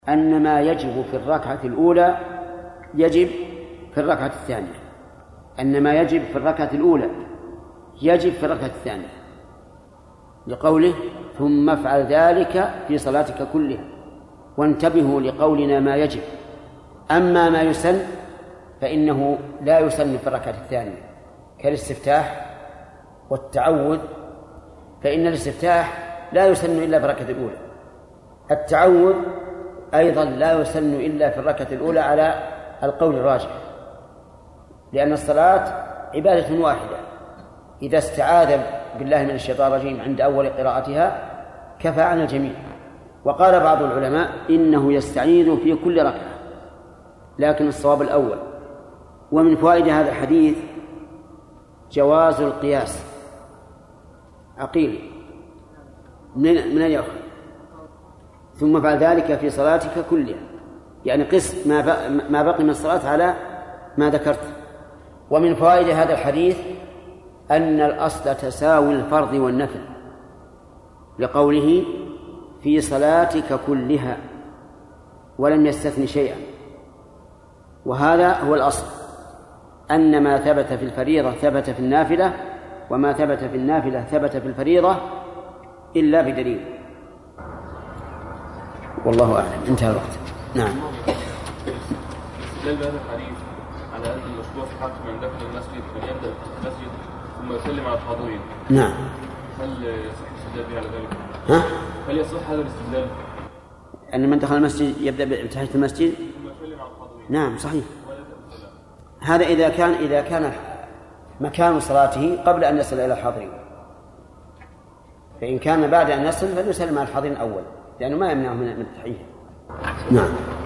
أن ما يجب في الركعة الأولى يجب في الركعة الثانية، أن ما يجب في الركعة الأولى يجب في الركعة الثانية، لقوله ثم افعل ذلك في صلاتك كلها. وانتبهوا لقولنا ما يجب، أما ما يسن فإنه لا يسن في الركعة الثانية كالاستفتاح والتعوذ، فإن الاستفتاح لا يسن إلا في الركعة الأولى، التعوذ أيضا لا يسن إلا في الركعة الأولى على القول الراجح، لأن الصلاة عبادة واحدة، إذا استعاذ بالله من الشيطان الرجيم عند أول قراءتها كفى عن الجميع. وقال بعض العلماء إنه يستعيذ في كل ركعة، لكن الصواب الأول. ومن فوائد هذا الحديث جواز القياس. عقيل من أن يأخذ ثم فعل ذلك في صلاتك كلها، يعني قس ما بقي من الصلاة على ما ذكرت. ومن فوائد هذا الحديث أن الأصل تساوي الفرض والنفل، لقوله في صلاتك كلها ولم يستثن شيئا، وهذا هو الأصل، أن ما ثبت في الفريضة ثبت في النافلة، وما ثبت في النافلة ثبت في الفريضة إلا بدليل. والله أعلم. انتهى الوقت. نعم. استدلال بهذا الحديث على أن المشروع في حق من دخل المسجد أن يبدأ في المسجد ثم يسلم على الحاضرين. نعم. هل يصح الاستدلال به على ذلك؟ ها؟ هل يصح هذا الاستدلال؟ أن من دخل المسجد يبدأ بتحية المسجد؟ ثم يسلم على الحاضرين. نعم صحيح. هذا إذا كان مكان صلاته قبل أن يصل إلى الحاضرين، فإن كان بعد أن يصل فليسلم على الحاضرين أول، لأنه ما يمنعه من التحية. نعم.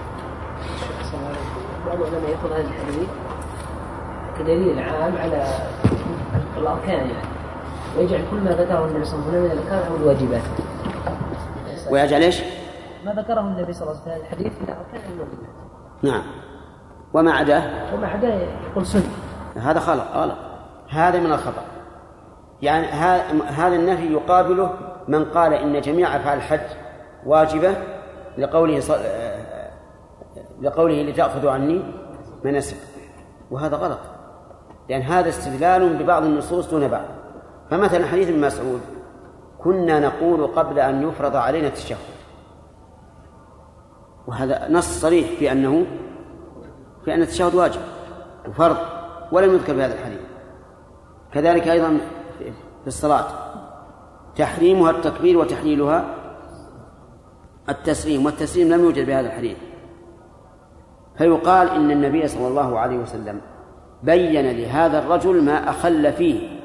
بعض العلماء يأخذ هذا الحديث كدليل عام على الأركان، يعني ويجعل كل ما ذكره النبي صلى الله عليه وسلم من الأركان أو الواجبات. ويجعل إيش؟ ما ذكره النبي صلى الله عليه وسلم الحديث من الأركان أو الواجبات. نعم. وما عداه يقول سنة. هذا غلط، هذا من الخطأ. يعني هذا النفي يقابله من قال إن جميع أفعال الحج واجبة لقوله لتأخذوا عني مناسك، وهذا غلط، لأن هذا استدلال ببعض النصوص دون بعض. فمثلا حديث ابن مسعود كنا نقول قبل أن يفرض علينا التشهد، وهذا نص صريح في أن التشهد واجب وفرض، ولم يذكر بهذا الحديث. كذلك أيضا في الصلاة تحريمها التكبير وتحليلها التسليم، والتسليم لم يوجد بهذا الحديث. فيقال إن النبي صلى الله عليه وسلم بين لهذا الرجل ما أخل فيه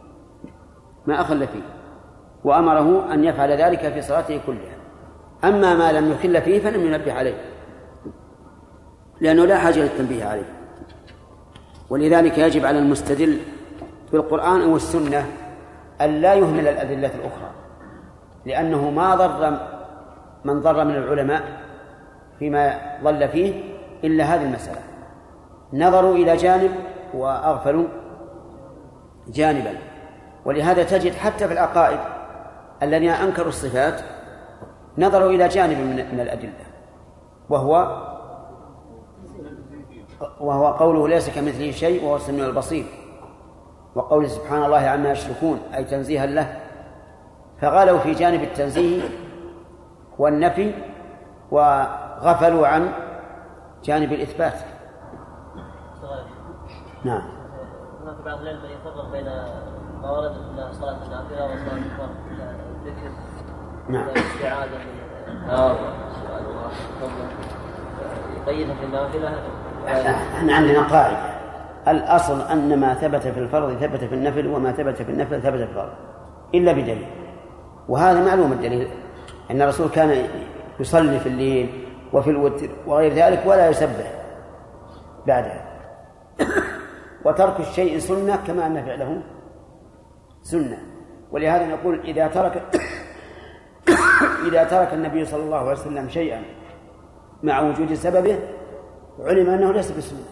وأمره أن يفعل ذلك في صلاته كلها. أما ما لم يخل فيه فلم ينبه عليه، لأنه لا حاجة للتنبيه عليه. ولذلك يجب على المستدل بالقرآن والسنة أن لا يهمل الأدلة الأخرى، لأنه ما ضر من ضر من العلماء فيما ضل فيه إلا هذه المسألة، نظروا إلى جانب وأغفلوا جانبا. ولهذا تجد حتى في العقائد الذين أنكروا الصفات نظروا إلى جانب من الأدلة، وهو قوله ليس كمثله شيء وهو السميع البصير، وقوله سبحان الله عما يشركون أي تنزيها له، فغالوا في جانب التنزيه والنفي وغفلوا عن جانب الإثبات. نعم. هناك بعض العلم يفرق بين ما ورد في صلاة النافلة وصلاة الفرض، الذكر والاستعاذة من سؤال الله يقيدها في النافلة. احنا عندنا قاعدة، الأصل أن ما ثبت في الفرض ثبت في النفل، وما ثبت في النفل ثبت في الفرض إلا بدليل. وهذا معلوم الدليل، أن الرسول كان يصلي في الليل وفي الوتر وغير ذلك ولا يسبح بعدها. وترك الشيء سنة كما أن فعله سنة. ولهذا نقول إذا ترك النبي صلى الله عليه وسلم شيئا مع وجود سببه علم أنه ليس بسنة.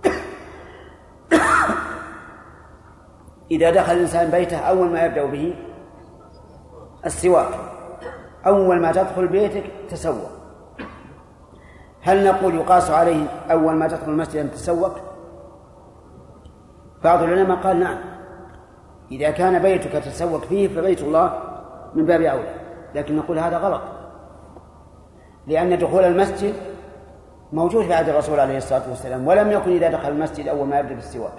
إذا دخل الإنسان بيته أول ما يبدأ به السواك، أول ما تدخل بيتك تسوى، هل نقول يقاس عليه أول ما تدخل المسجد أن تتسوق؟ بعض العلماء قال نعم، إذا كان بيتك تتسوق فيه فبيت الله من باب أولى، لكن نقول هذا غلط، لأن دخول المسجد موجود في عهد الرسول عليه الصلاة والسلام، ولم يكن إذا دخل المسجد أول ما يبدأ بالسواك.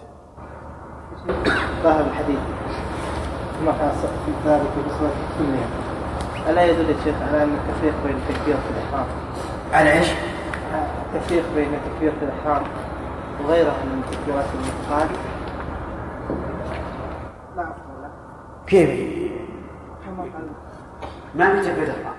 ظاهر الحديث ما في ذلك بصورة السنة، ألا يدل الشيخ على أن التفريق بين التكبير في الإحرام؟ على إيش؟ التفريق بين التكبير في الإحرام وغيره من تكبيرات الانتقال. لا أفضل له. كيف؟ ما في تكبيرة إحرام.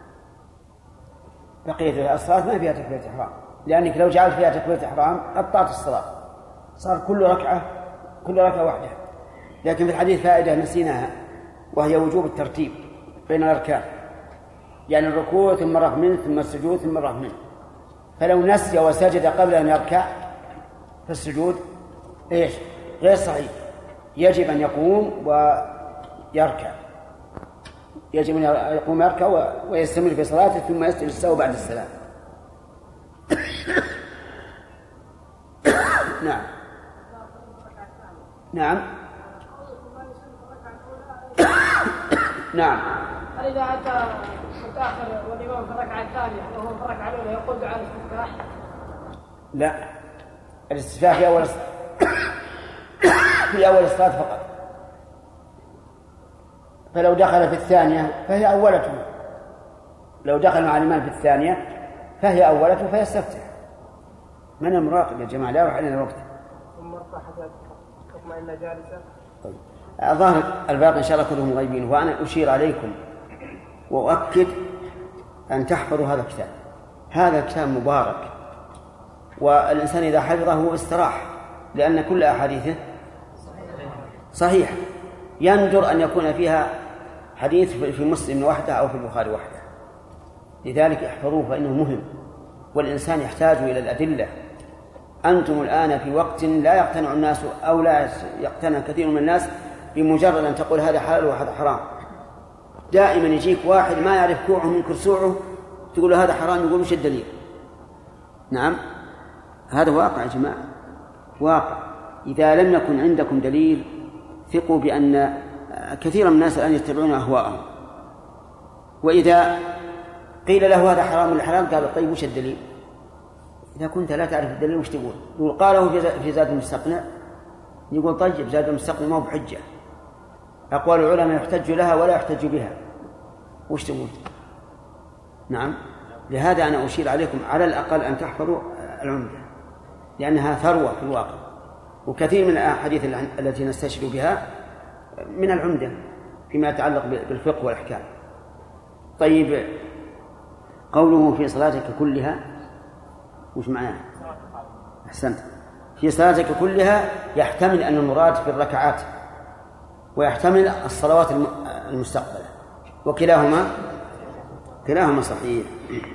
بقية الصلاة ما فيها تكبيرة إحرام، لأنك لو جعلت فيها تكبيرة إحرام قطعت الصلاة، صار كل ركعة واحدة. لكن في الحديث فائدة نسيناها، وهي وجوب الترتيب بين الأركان، يعني الركوع ثم الرفع منه ثم السجود ثم الرفع منه. فلو نسي وسجد قبل أن يركع فالسجود إيش؟ غير صحيح، يجب أن يقوم ويركع، يجب أن يقوم يركع ويستمر في صلاته ثم يسجد السهو بعد السلام. نعم نعم نعم. هل إذا أتى متأخر والإمام في الركعة الثانية وهو في الركعة الأولى يقول دعاء الاستفتاح؟ لا، الاستفتاح في أول الصلاة فقط، فلو دخل في الثانية فهي أولته، لو دخل مع الإمام في الثانية فهي أولته فيستفتح. من المراقب يا جماعة؟ لا يروح علينا الوقت. ثم ارفع حتى تطمئن جالسا. طيب. ظاهر الباقي إن شاء الله كلهم غيبين، وأنا أشير عليكم وأؤكد أن تحفظوا هذا الكتاب. هذا الكتاب مبارك، والإنسان إذا حفظه استراح، لأن كل أحاديثه صحيح. يندر أن يكون فيها حديث في مسلم وحده أو في البخاري وحده، لذلك احفظوه فإنه مهم، والإنسان يحتاج إلى الأدلة. أنتم الآن في وقت لا يقتنع الناس أو لا يقتنع كثير من الناس بمجرد أن تقول هذا حلال وهذا حرام. دائما يجيك واحد ما يعرف كوعه من كرسوعه تقول له هذا حرام، يقول وش الدليل؟ نعم، هذا واقع يا جماعة، واقع. إذا لم يكن عندكم دليل ثقوا بأن كثير من الناس الآن يتبعون أهواءهم، وإذا قيل له هذا حرام ولا حلال قال طيب وش الدليل؟ إذا كنت لا تعرف الدليل وش تقول؟ يقول قاله في زاد المستقنع، يقول طيب زاد المستقنع ما هو بحجة، أقوال العلماء يحتج لها ولا يحتج بها، وش تقول؟ نعم. لهذا أنا أشير عليكم على الأقل أن تحفظوا العمدة، لأنها ثروة في الواقع، وكثير من الأحاديث التي نستشهد بها من العمدة فيما يتعلق بالفقه والأحكام. طيب، قوله في صلاتك كلها وش معناه؟ أحسنت. في صلاتك كلها يحتمل أن المراد في الركعات، ويحتمل الصلوات المستقبلة، وكلاهما صحيح.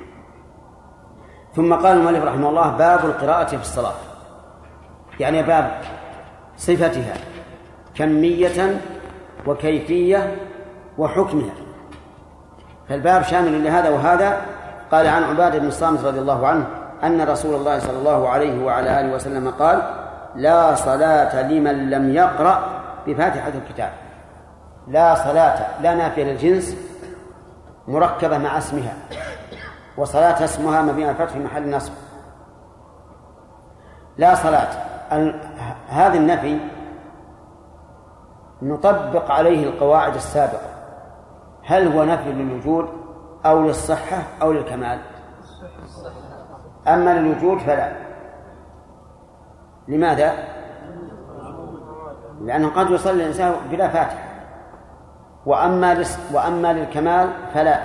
ثم قال المؤلف رحمه الله باب القراءة في الصلاة، يعني باب صفتها كمية وكيفية وحكمها، فالباب شامل لهذا وهذا. قال عن عبادة بن الصامت رضي الله عنه أن رسول الله صلى الله عليه وعلى آله وسلم قال لا صلاة لمن لم يقرأ بفاتحة الكتاب. لا صلاة، لا نافية للجنس مركبة مع اسمها، وصلاة اسمها مبني الفتح في محل نصب. لا صلاة، هذا النفي نطبق عليه القواعد السابقة، هل هو نفي للوجود أو للصحة أو للكمال؟ أما للوجود فلا. لماذا؟ لأنه قد يصلي الإنسان بلا فاتحة. وأما للكمال فلا،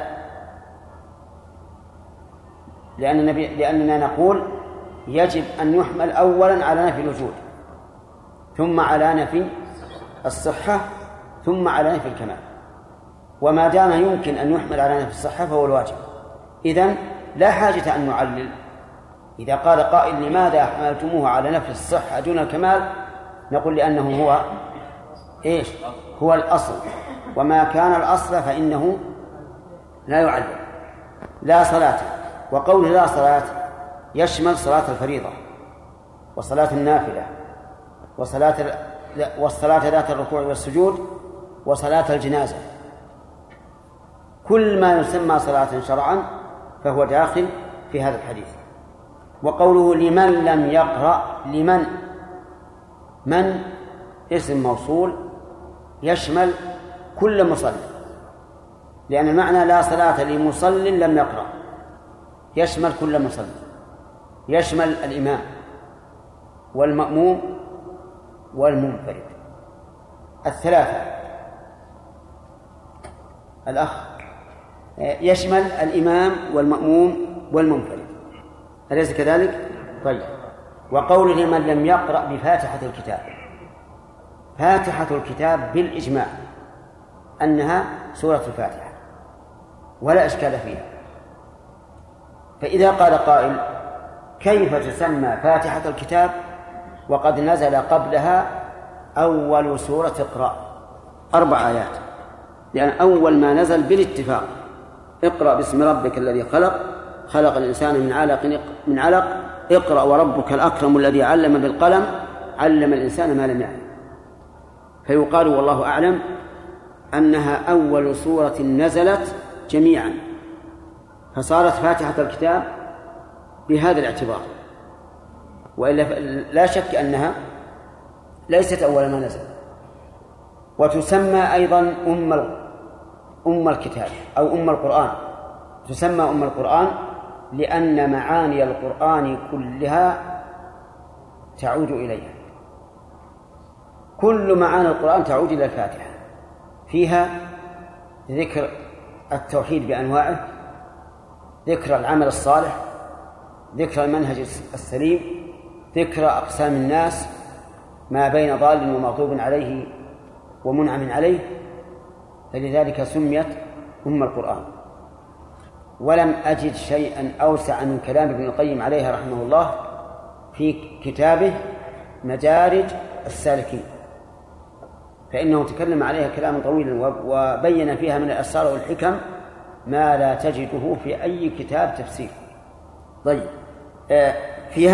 لأننا نقول يجب أن يحمل أولا على نفي الوجود، ثم على نفي الصحة، ثم على نفي الكمال. وما دام يمكن أن يحمل على نفي الصحة فهو الواجب. إذن لا حاجة أن نعلل. إذا قال قائل لماذا أحملتموه على نفي الصحة دون الكمال، نقول لأنه هو إيش؟ هو الأصل، وما كان الأصل فإنه لا يعلل. لا صلاة، وقوله لا صلاة يشمل صلاة الفريضة وصلاة النافلة والصلاة ذات الركوع والسجود وصلاة الجنازة. كل ما يسمى صلاة شرعا فهو داخل في هذا الحديث. وقوله لمن لم يقرأ، من اسم موصول يشمل كل مصلي، لأن المعنى لا صلاة لمصل لم يقرأ، يشمل كل مصلي، يشمل الإمام والمأموم والمنفرد الثلاثة. الأخ يشمل الإمام والمأموم والمنفرد، أليس كذلك؟ طيب. وقوله من لم يقرأ بفاتحة الكتاب، فاتحة الكتاب بالإجماع أنها سورة الفاتحة ولا إشكال فيها. فإذا قال قائل كيف تسمى فاتحة الكتاب وقد نزل قبلها أول سورة اقرأ 4 آيات؟ لأن أول ما نزل بالاتفاق اقرأ باسم ربك الذي خلق الإنسان من علق اقرأ وربك الأكرم الذي علم بالقلم علم الإنسان ما لم يعلم. فيقال والله أعلم أنها أول سورة نزلت جميعا، فصارت فاتحة الكتاب بهذا الاعتبار، وإلا لا شك أنها ليست أول ما نزل. وتسمى أيضا أم الكتاب أو أم القرآن، تسمى أم القرآن لأن معاني القرآن كلها تعود إليها، كل معاني القرآن تعود إلى الفاتحة، فيها ذكر التوحيد بأنواعه، ذكر العمل الصالح، ذكر المنهج السليم، ذكر أقسام الناس ما بين ضال ومغضوب عليه ومنعم عليه، فلذلك سميت أم القرآن. ولم أجد شيئا أوسع من كلام ابن القيم عليها رحمه الله في كتابه مدارج السالكين، فإنه تكلم عليها كلاما طويلا وبين فيها من الأسرار والحكم ما لا تجده في أي كتاب تفسير. طيب، في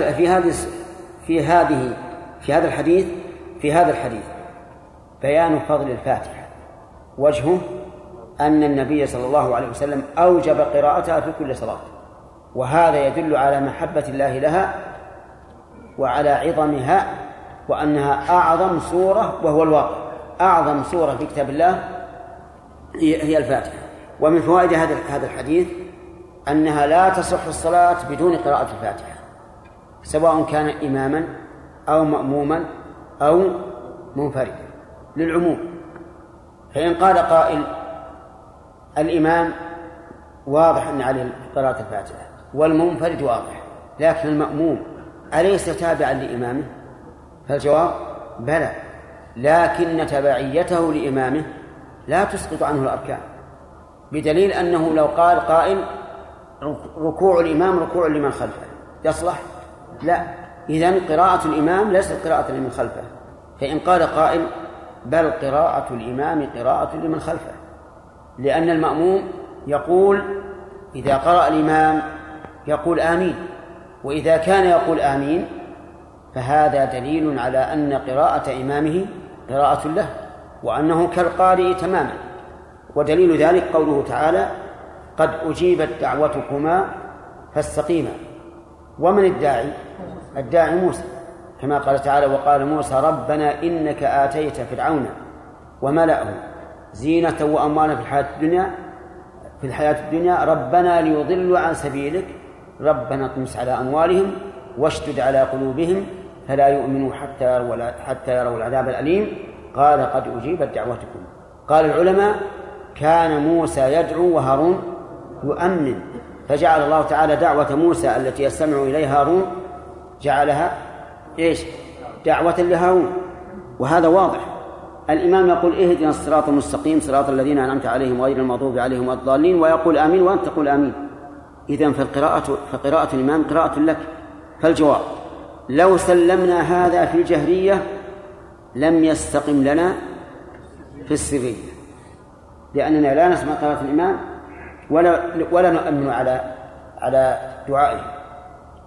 هذا الحديث بيان فضل الفاتحة، وجهه أن النبي صلى الله عليه وسلم أوجب قراءتها في كل صلاة، وهذا يدل على محبة الله لها وعلى عظمها، وأنها أعظم سورة، وهو الواقع أعظم سورة في كتاب الله هي الفاتحة. ومن فوائد هذا الحديث أنها لا تصح الصلاة بدون قراءة الفاتحة، سواء كان إماما أو مأموما أو منفردا للعموم. فإن قال قائل الإمام واضح أن عليه قراءة الفاتحة والمنفرد واضح، لكن المأموم أليس تابعا لإمامه؟ فالجواب بلى، لكن تبعيته لإمامه لا تسقط عنه الأركان، بدليل أنه لو قال قائل ركوع الإمام ركوع لمن خلفه يصلح؟ لا، إذن قراءة الإمام ليست قراءة لمن خلفه. فإن قال قائل بل قراءة الإمام قراءة لمن خلفه، لأن المأموم يقول إذا قرأ الإمام يقول آمين، وإذا كان يقول آمين فهذا دليل على أن قراءة إمامه قراءة له، وأنه كالقارئ تماما. ودليل ذلك قوله تعالى قد أجيبت دعوتكما فاستقيما. ومن الداعي؟ الداعي موسى، كما قال تعالى وقال موسى ربنا إنك آتيت فرعون وملأه زينة وأموالا في الحياة الدنيا ربنا ليضلوا عن سبيلك ربنا اطمس على أموالهم واشدد على قلوبهم فلا يؤمنوا حتى يروا العذاب الأليم قال قد أجيبت دعوتكم. قال العلماء كان موسى يدعو وهارون يؤمن، فجعل الله تعالى دعوة موسى التي يستمع إليها هارون جعلها دعوة لهارون، وهذا واضح. الإمام يقول اهدنا الصراط المستقيم صراط الذين أنعمت عليهم غير المغضوب عليهم ولا الضالين، ويقول آمين وأنت تقول آمين. إذن فقراءة الإمام قراءة لك. فالجواب لو سلمنا هذا في الجهرية لم يستقم لنا في السرية، لأننا لا نسمع قراءة الإمام ولا نؤمن على دعائه.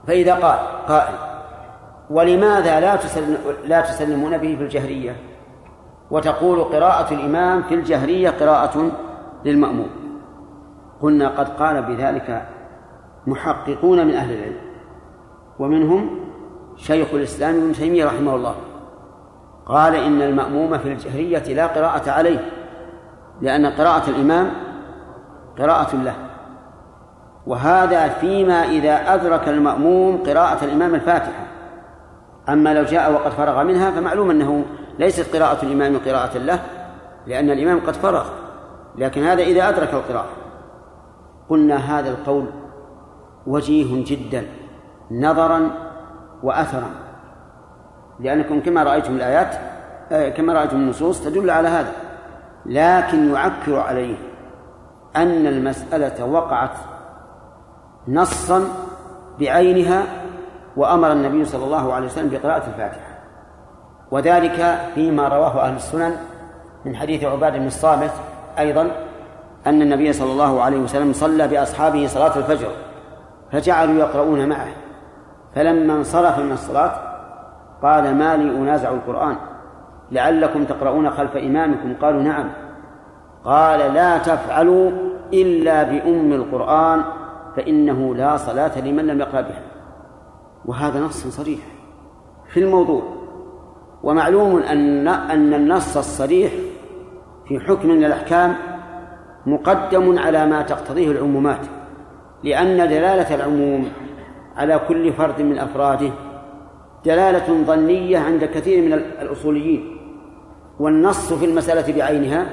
فإذا قال قائل ولماذا لا تسلمون به في الجهرية وتقول قراءة الإمام في الجهرية قراءة للمأموم؟ قلنا قد قال بذلك محققون من أهل العلم، ومنهم شيخ الإسلام ابن تيمية رحمه الله، قال إن المأموم في الجهرية لا قراءة عليه، لأن قراءة الإمام قراءة له، وهذا فيما إذا أدرك المأموم قراءة الإمام الفاتحة. أما لو جاء وقد فرغ منها فمعلوم أنه ليست قراءة الإمام قراءة له، لأن الإمام قد فرغ، لكن هذا إذا أدرك القراءة. قلنا هذا القول وجيه جدا نظرا وأثرا، لأنكم كما رأيتم الآيات كما رأيتم النصوص تدل على هذا، لكن يعكر عليه أن المسألة وقعت نصا بعينها، وأمر النبي صلى الله عليه وسلم بقراءة الفاتحة، وذلك فيما رواه أهل السنن من حديث عبادة بن الصامت أيضا أن النبي صلى الله عليه وسلم صلى بأصحابه صلاة الفجر فجعلوا يقرؤون معه، فلما انصرف من الصلاة قال ما لي أنازع القرآن لعلكم تقرؤون خلف إمامكم؟ قالوا نعم. قال لا تفعلوا إلا بأم القرآن فإنه لا صلاة لمن لم يقرأ بها. وهذا نص صريح في الموضوع، ومعلوم أن النص الصريح في حكم من الأحكام مقدم على ما تقتضيه العمومات، لأن دلالة العموم على كل فرد من أفراده دلالة ظنية عند كثير من الأصوليين، والنص في المسألة بعينها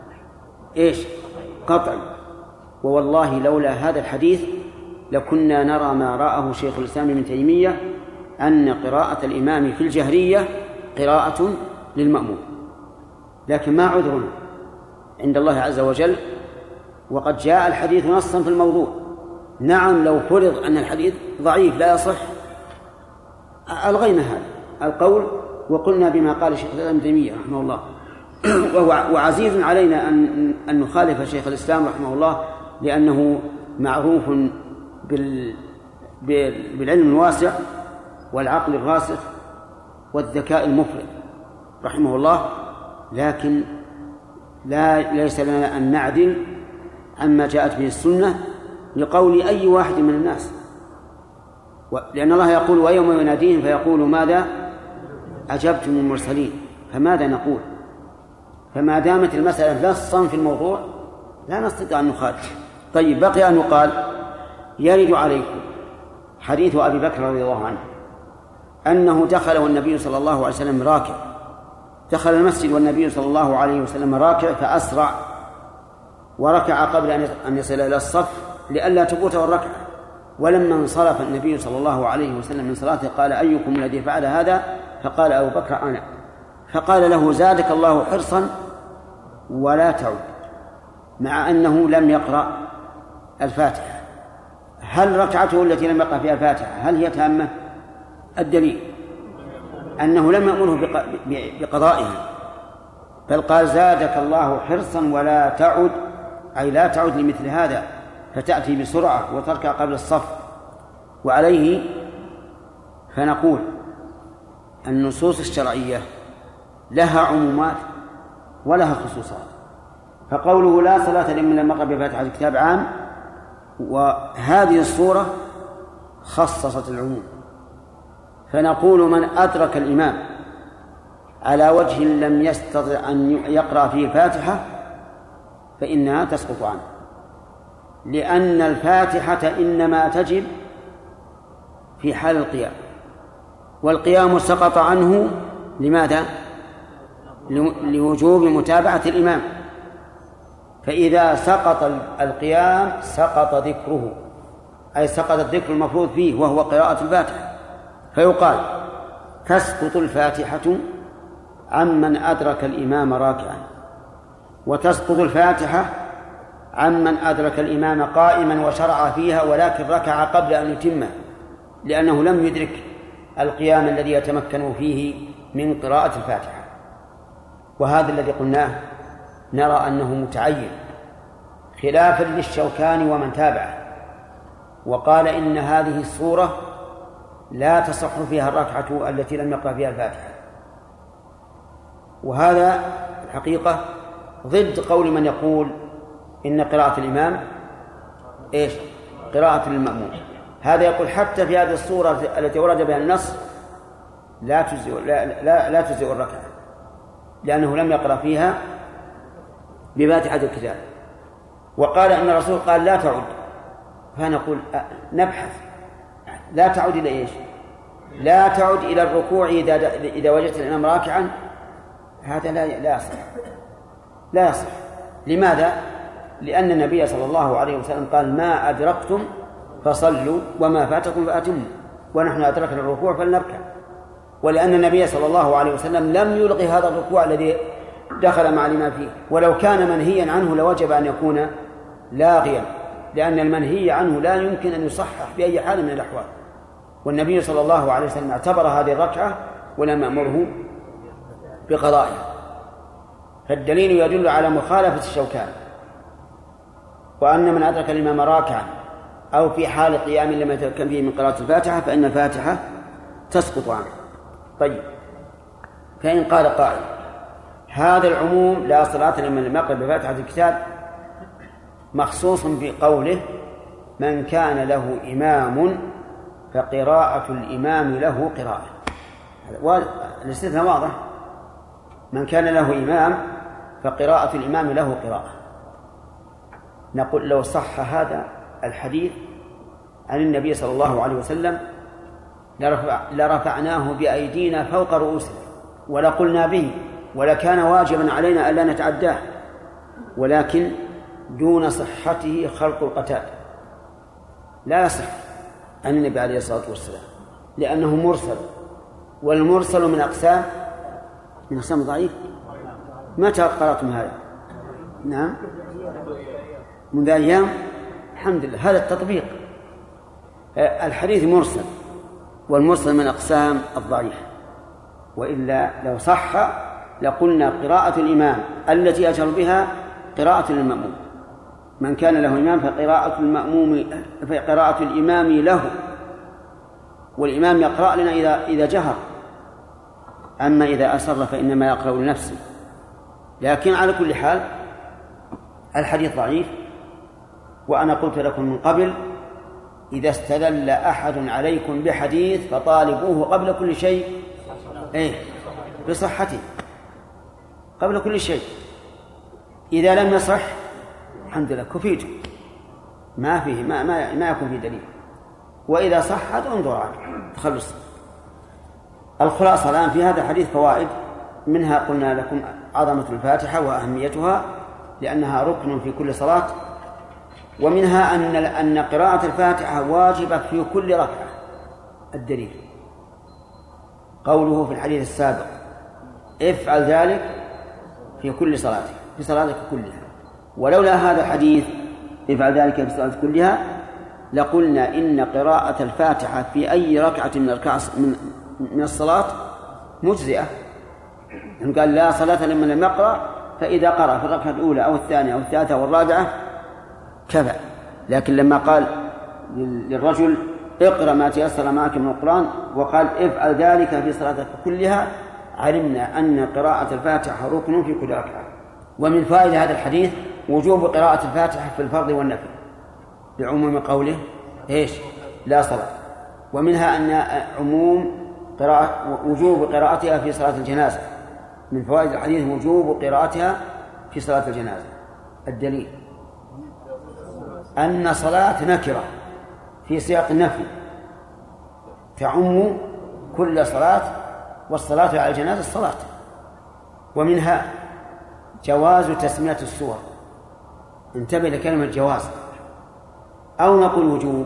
قطعي. ووالله لولا هذا الحديث لكنا نرى ما رآه شيخ الإسلام ابن تيمية أن قراءة الإمام في الجهرية قراءة للمأموم، لكن ما عذرنا عند الله عز وجل وقد جاء الحديث نصا في الموضوع. نعم لو فرض أن الحديث ضعيف لا يصح ألغينا هذا القول وقلنا بما قال شيخ الإسلام ابن تيمية رحمه الله. وعزيز علينا أن نخالف شيخ الإسلام رحمه الله، لأنه معروف بالعلم الواسع والعقل الراسخ والذكاء المفرط رحمه الله، لكن ليس لنا أن نعدل عما جاءت به السنة لقول أي واحد من الناس، لأن الله يقول ويوم يناديهم فيقول ماذا أجبتم المرسلين، فماذا نقول؟ فما دامت المسألة نصا في الموضوع لا نستطيع أن نخالف. طيب بقي أن يقال يرد عليكم حديث أبي بكر رضي الله عنه أنه دخل والنبي صلى الله عليه وسلم راكع، دخل المسجد والنبي صلى الله عليه وسلم راكع فأسرع وركع قبل أن يصل إلى الصف لئلا تفوته الركعة، ولما انصرف النبي صلى الله عليه وسلم من صلاته قال أيكم الذي فعل هذا؟ فقال أبو بكر أنا. فقال له زادك الله حرصا ولا تعد، مع أنه لم يقرأ الفاتحة. هل ركعته التي لم يقرأ فيها الفاتحة هل هي تامة؟ الدليل أنه لم يأمره بقضائها، بل قال زادك الله حرصا ولا تعد، أي لا تعد لمثل هذا فتأتي بسرعة وتركع قبل الصف. وعليه فنقول النصوص الشرعية لها عمومات ولها خصوصات، فقوله لا صلاة لمن لم يقرأ بفاتحة الكتاب عام، وهذه الصورة خصصت العموم، فنقول من أدرك الإمام على وجه لم يستطع أن يقرأ فيه الفاتحة فإنها تسقط عنه، لأن الفاتحة إنما تجب في حال القيام، والقيام سقط عنه لماذا؟ لوجوب متابعة الإمام، فإذا سقط القيام سقط ذكره، أي سقط الذكر المفروض فيه وهو قراءة الفاتحة، فيقال تسقط الفاتحة عمن أدرك الإمام راكعا، وتسقط الفاتحة عمن أدرك الإمام قائما وشرع فيها ولكن ركع قبل أن يتمه، لأنه لم يدرك القيام الذي يتمكن فيه من قراءة الفاتحة. وهذا الذي قلناه نرى أنه متعين خلافا للشوكاني ومن تابعه، وقال إن هذه الصورة لا تصح فيها الركعة التي لم يقرأ فيها الفاتحة. وهذا الحقيقة ضد قول من يقول إن قراءة الإمام إيش؟ قراءة للمأموم. هذا يقول حتى في هذه الصورة التي ورد بها النص لا تجزئ الركعة، لأنه لم يقرأ فيها بفاتحة الكتاب. وقال إن الرسول قال لا تعد، فنقول نبحث لا تعد إلى إيش؟ لا تعد إلى الركوع إذا وجدت الإمام راكعا. هذا لا يصح، لا يصح. لماذا؟ لأن النبي صلى الله عليه وسلم قال ما أدركتم فصلوا وما فاتكم فأتموا، ونحن أدركنا الركوع فلنركع. ولأن النبي صلى الله عليه وسلم لم يلغي هذا الركوع الذي دخل مع الإمام فيه، ولو كان منهيا عنه لوجب أن يكون لاغيا، لأن المنهي عنه لا يمكن أن يصحح بأي حال من الأحوال. والنبي صلى الله عليه وسلم اعتبر هذه الركعة ولم يأمره بقضائها. فالدليل يدل على مخالفة الشوكان، وأن من أدرك الإمام راكعا أو في حال قيام لما يتمكن فيه من قراءة الفاتحة فإن الفاتحة تسقط عنه. طيب، فإن قال قائل هذا العموم لا صلاة لمن لم يقرأ بفاتحة الكتاب مخصوص بقوله من كان له إمام فقراءة الإمام له قراءة. والاستثناء واضح، من كان له إمام فقراءة الإمام له قراءة. نقول لو صح هذا الحديث عن النبي صلى الله عليه وسلم لرفعناه بأيدينا فوق رؤوسنا ولقلنا به، ولكان واجبا علينا ألا نتعداه، ولكن دون صحته خلق القتال. لا يصح عن النبي عليه الصلاة والسلام لأنه مرسل، والمرسل من أقسام ضعيف. متى قرأتم هذا؟ نعم، منذ أيام. الحمد لله، هذا التطبيق. الحديث مرسل، والمرسل من أقسام الضعيف، وإلا لو صح لقلنا قراءة الإمام التي أجر بها قراءة للمأموم. من كان له إمام فقراءة الإمام له، والإمام يقرأ لنا إذا جهر، أما إذا أسر فإنما يقرأ لنفسه. لكن على كل حال الحديث ضعيف. وأنا قلت لكم من قبل إذا استدل أحد عليكم بحديث فطالبوه قبل كل شيء بصحته، قبل كل شيء. إذا لم يصح الحمد لله كفيته، ما فيه ما يكون فيه دليل. وإذا صحت انظر عنه تخلص. الخلاصة الآن في هذا الحديث فوائد، منها قلنا لكم عظمة الفاتحة وأهميتها لأنها ركن في كل صلاة، ومنها أن قراءة الفاتحة واجبة في كل ركعة. الدليل قوله في الحديث السابق افعل ذلك في كل صلاتك، في صلاتك كلها. ولولا هذا الحديث افعل ذلك في صلاتك كلها لقلنا إن قراءة الفاتحة في أي ركعة من الصلاة مجزئة. قال لا صلاة لمن لم يقرأ، فإذا قرأ في الركعة الأولى أو الثانية أو الثالثة أو الرابعة كفى. لكن لما قال للرجل اقرأ ما تيسر معك من القرآن وقال افعل ذلك في صلاتك كلها، علمنا أن قراءة الفاتحة ركن في كل ركعة. ومن فائدة هذا الحديث وجوب قراءة الفاتحة في الفرض والنفل بعموم قوله لا صلاة. ومنها أن وجوب قراءتها في صلاة الجنازة. من فوائد الحديث وجوب قراءتها في صلاة الجنازة. الدليل أن صلاة نكرة في سياق النفي تعم كل صلاة، والصلاة على الجنازة الصلاة. ومنها جواز تسمية السور. انتبه لكلمة جواز، أو نقول وجوب.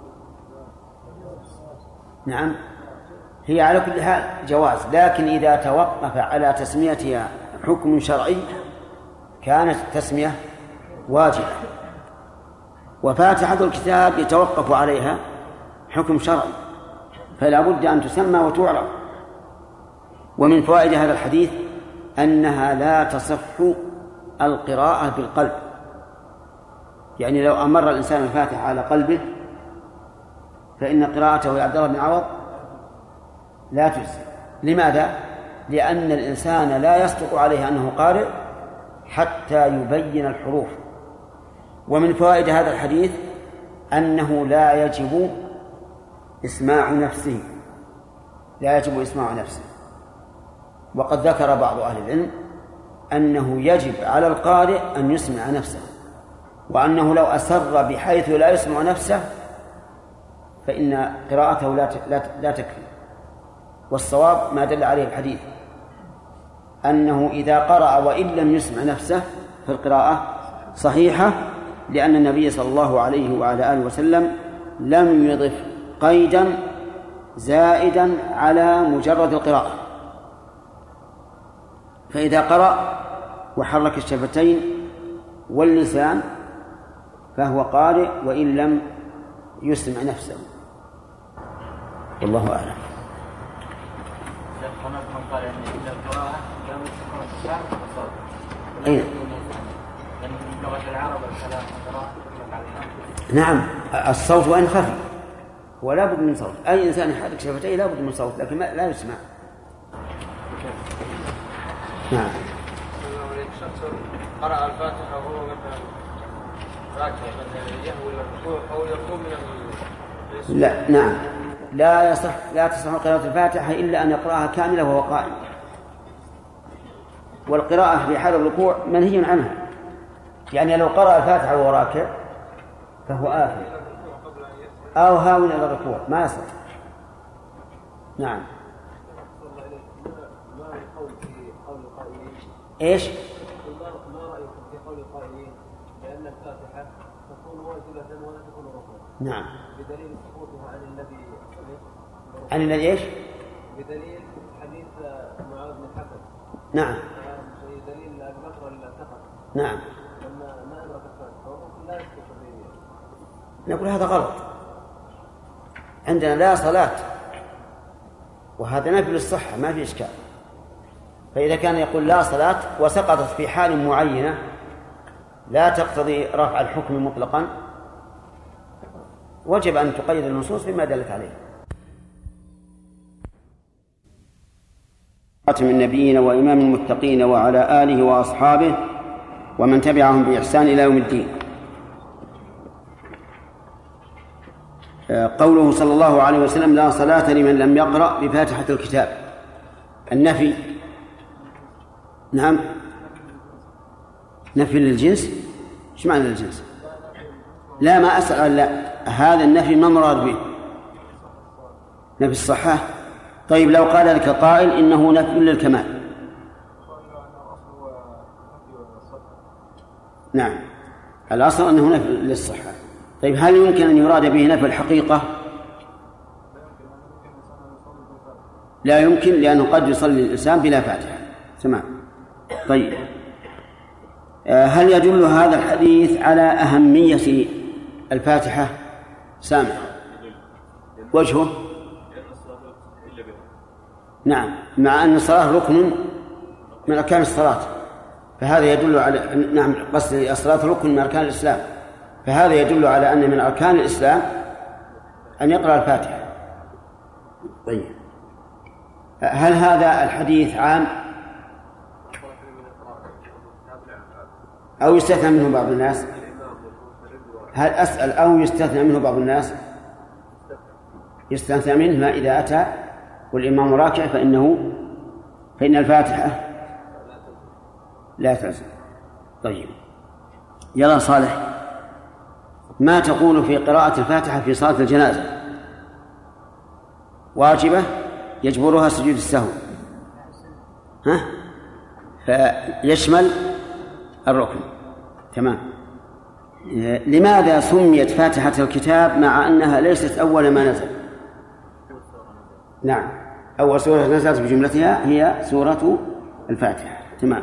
نعم، هي على كل حال جواز، لكن إذا توقف على تسميتها حكم شرعي كانت التسمية واجبة. وفاتحة الكتاب يتوقف عليها حكم شرعي، فلا بد أن تسمى وتعرف. ومن فوائد هذا الحديث أنها لا تصح القراءة بالقلب، يعني لو أمر الإنسان الفاتحة على قلبه فإن قراءته يا عبد الله بن عوض لا تجزي. لماذا؟ لأن الإنسان لا يصدق عليه أنه قارئ حتى يبين الحروف. ومن فوائد هذا الحديث أنه لا يجب إسماع نفسه، لا يجب إسماع نفسه. وقد ذكر بعض أهل العلم أنه يجب على القارئ أن يسمع نفسه، وأنه لو أسر بحيث لا يسمع نفسه فإن قراءته لا تكفي. والصواب ما دل عليه الحديث أنه إذا قرأ وإن لم يسمع نفسه فالقراءة صحيحة، لأن النبي صلى الله عليه وعلى آله وسلم لم يضف قيدا زائدا على مجرد القراءة. فإذا قرأ وحرك الشفتين واللسان فهو قارئ وإن لم يسمع نفسه. والله أعلم. نعم، الصوت وإن خفي ولا بد من صوت. أي إنسان يحرك شفتيه لا بد من صوت، لكن لا يسمع. نعم. قرأ الفاتحة وهو مثلا راكع مثلا يهوي الركوع أو يقوم من لا، نعم، لا تصح قراءة الفاتحة إلا أن يقرأها كاملة وهو قائم. والقراءة في حال الركوع منهي عنها، يعني لو قرأ الفاتحة وهو راكع فهو آثم أو هاون إلى الركوع ما يصح. نعم. إيش؟ ما رأيكم في قول القائلين بأن الفاتحة تكون واجبة ولا تكون ركوع؟ نعم. بدليل سقوطها عن الذي عن الذي إيش؟ بدليل حديث معاذ بن الحكم. نعم. بدليل أبي بكر الثقة. نعم. لما ما أدرك الفاتحة وقلت لا يسقط به. نقول هذا غلط. عندنا لا صلاة، وهذا نفي للصحة ما في إشكال. فإذا كان يقول لا صلاة وسقطت في حال معينة لا تقتضي رفع الحكم مطلقا وجب أن تقيد النصوص بما دلت عليه. خاتم النبيين وإمام المتقين وعلى آله وأصحابه ومن تبعهم بإحسان إلى يوم الدين. قوله صلى الله عليه وسلم لا صلاة لمن لم يقرأ بفاتحة الكتاب. النفي، نعم، نفي للجنس. ايش معنى للجنس؟ لا، ما أسأل. لا، هذا النفي ما مراد به؟ نفي الصحة. طيب لو قال لك قائل إنه نفي للكمال. نعم، الأصل أنه نفي للصحة. طيب هل يمكن أن يراد به نفي الحقيقة؟ لا يمكن، لأنه قد يصلي الإنسان بلا فاتحة. تمام. طيب هل يدل هذا الحديث على أهمية الفاتحة؟ سامع وجهه؟ نعم، مع أن الصلاة ركن من أركان الصلاة، فهذا يدل على، نعم، قصد الصلاة ركن من أركان الإسلام، فهذا يدل على أن من أركان الإسلام أن يقرأ الفاتحة. طيب هل هذا الحديث عام أو يستثنى منه بعض الناس؟ هل أسأل أو يستثنى منه بعض الناس؟ يستثنى منه ما إذا أتى والإمام راكع فإن الفاتحة لا تلزم. طيب يلا صالح، ما تقول في قراءة الفاتحة في صلاة الجنازة؟ واجبة يجبرها سجود السهو، فيشمل الركن. تمام. لماذا سميت فاتحة الكتاب مع أنها ليست أول ما نزل؟ نعم، أول سورة نزلت بجملتها هي سورة الفاتحة. تمام.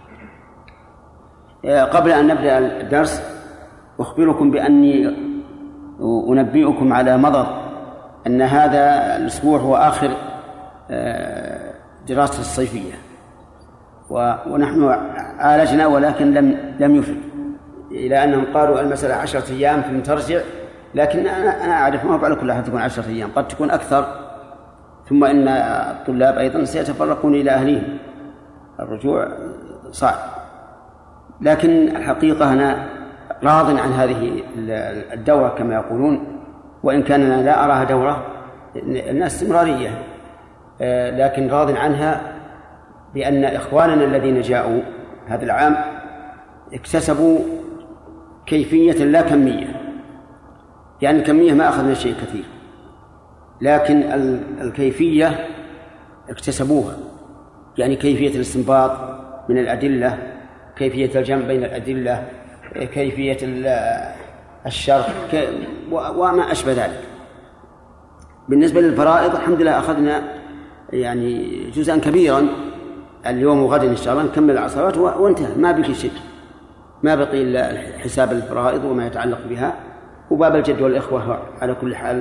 قبل أن نبدأ الدرس أخبركم بأني أنبئكم على مضض أن هذا الأسبوع هو آخر دراسة الصيفية، ونحن عالجنا ولكن لم يفد، إلى أنهم قالوا المسألة 10 أيام ثم ترجع، لكن أنا أعرف ما على كل أحد تكون 10 أيام، قد تكون أكثر ثم إن الطلاب أيضا سيتفرقون إلى أهلهم، الرجوع صعب. لكن الحقيقة أنا راض عن هذه الدورة كما يقولون، وإن كان أنا لا أراها دورة إنها استمرارية، لكن راض عنها بأن إخواننا الذين جاءوا هذا العام اكتسبوا كيفية لا كمية، يعني الكمية ما أخذنا شيء كثير، لكن الكيفية اكتسبوها، يعني كيفية الاستنباط من الأدلة، كيفية الجمع بين الأدلة، كيفية الشرح وما أشبه ذلك. بالنسبة للفرائض الحمد لله أخذنا يعني جزءا كبيرا، اليوم وغدا إن شاء الله نكمل العصرات وانتهى، ما بقي شيء، ما بقي إلا حساب الفرائض وما يتعلق بها، وباب الجد والإخوة على كل حال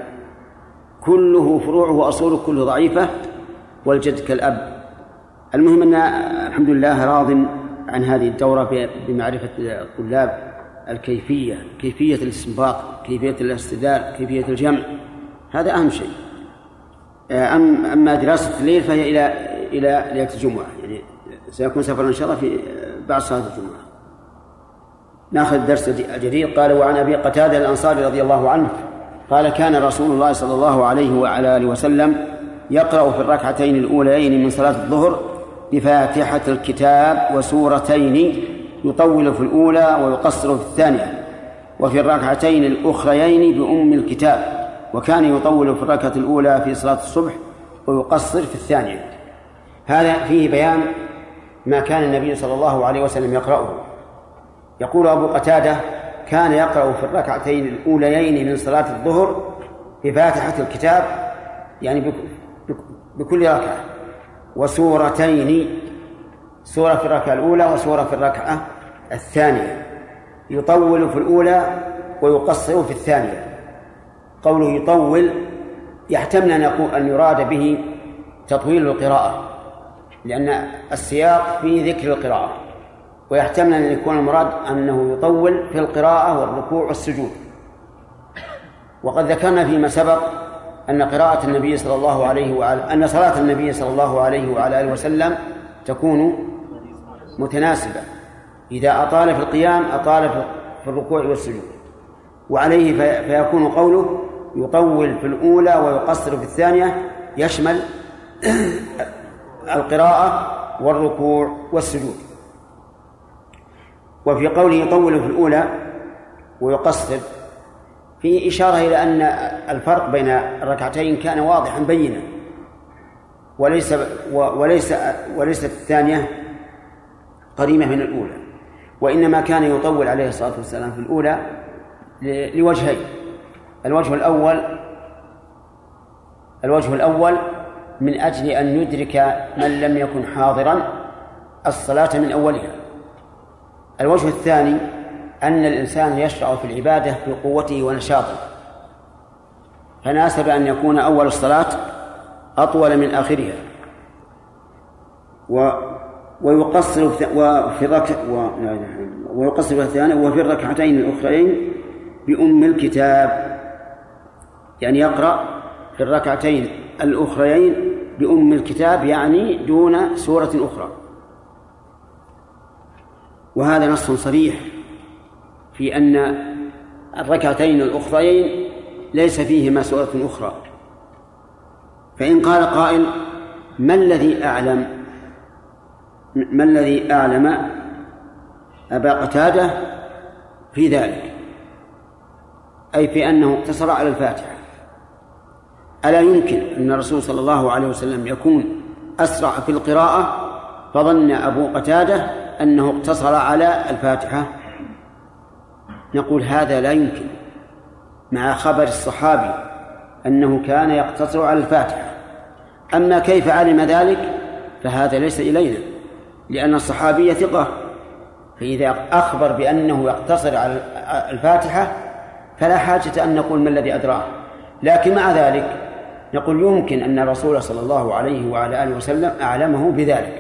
كله فروعه وأصوله كله ضعيفة، والجد كالأب. المهم أن الحمد لله راض عن هذه الدورة بمعرفة الطلاب الكيفية، كيفية الاستنباط، كيفية الاستدلال، كيفية الجمع، هذا أهم شيء. أما دراسة الليل فهي إلى ليلة الجمعة، يعني سيكون سفر إن شاء الله في بعد صلاة الجمعة. نأخذ الدرس الجديد. قال: وعن أبي قتادة الأنصاري رضي الله عنه قال: كان رسول الله صلى الله عليه وعلى آله وسلم يقرأ في الركعتين الأوليين من صلاة الظهر بفاتحة الكتاب وسورتين، يطول في الأولى ويقصر في الثانية، وفي الركعتين الأخريين بأم الكتاب، وكان يطول في الركعة الأولى في صلاة الصبح ويقصر في الثانية. هذا فيه بيان ما كان النبي صلى الله عليه وسلم يقرأه. يقول أبو قتادة: كان يقرأ في الركعتين الأوليين من صلاة الظهر بفاتحة الكتاب، يعني بكل ركعة، وسورتين، سورة في الركعة الأولى وسورة في الركعة الثانية، يطول في الأولى ويقصر في الثانية. قوله يطول يحتمل أن يراد به تطويل القراءة، لأن السياق في ذكر القراءة، ويحتمل أن يكون المراد أنه يطول في القراءة والركوع والسجود. وقد ذكرنا فيما سبق أن قراءة النبي صلى الله عليه أن صلاة النبي صلى الله عليه وعلى آله وسلم تكون متناسبة، إذا أطال في القيام أطال في الركوع والسجود، وعليه فيكون قوله يطول في الأولى ويقصر في الثانية يشمل القراءة والركوع والسجود. وفي قوله يطول في الأولى ويقصر في إشارة إلى أن الفرق بين الركعتين كان واضحا بينا، وليست الثانية قريبة من الأولى، وإنما كان يطول عليه الصلاة والسلام في الأولى لوجهين. الوجه الأول من أجل أن يدرك من لم يكن حاضرا الصلاة من أولها. الوجه الثاني أن الإنسان يشرع في العبادة بقوته ونشاطه، فناسب أن يكون أول الصلاة أطول من آخرها، ويقصر في الثانية، وفي الركعتين الأخرين بأم الكتاب، يعني يقرأ في الركعتين الأخرين بأم الكتاب، يعني دون سورة أخرى. وهذا نص صريح في أن الركعتين الأخرين ليس فيهما سورة أخرى. فإن قال قائل: ما الذي أعلم أبا قتادة في ذلك، أي في أنه اقتصر على الفاتحة؟ ألا يمكن أن الرسول صلى الله عليه وسلم يكون أسرع في القراءة فظن أبو قتادة أنه اقتصر على الفاتحة؟ نقول هذا لا يمكن مع خبر الصحابي أنه كان يقتصر على الفاتحة. أما كيف علم ذلك فهذا ليس إلينا، لأن الصحابي ثقة، فإذا أخبر بأنه يقتصر على الفاتحة فلا حاجة أن نقول ما الذي أدراه. لكن مع ذلك نقول يمكن أن الرسول صلى الله عليه وعلى آله وسلم أعلمه بذلك،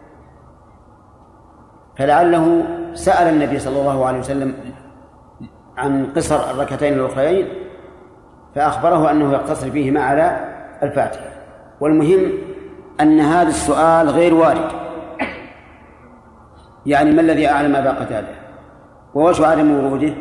فلعله سأل النبي صلى الله عليه وسلم عن قصر الركعتين الأخرين فأخبره أنه يقتصر فيهما على الفاتحة. والمهم أن هذا السؤال غير وارد. يعني ما الذي أعلم أبا قتادة؟ ووجه عدم وروده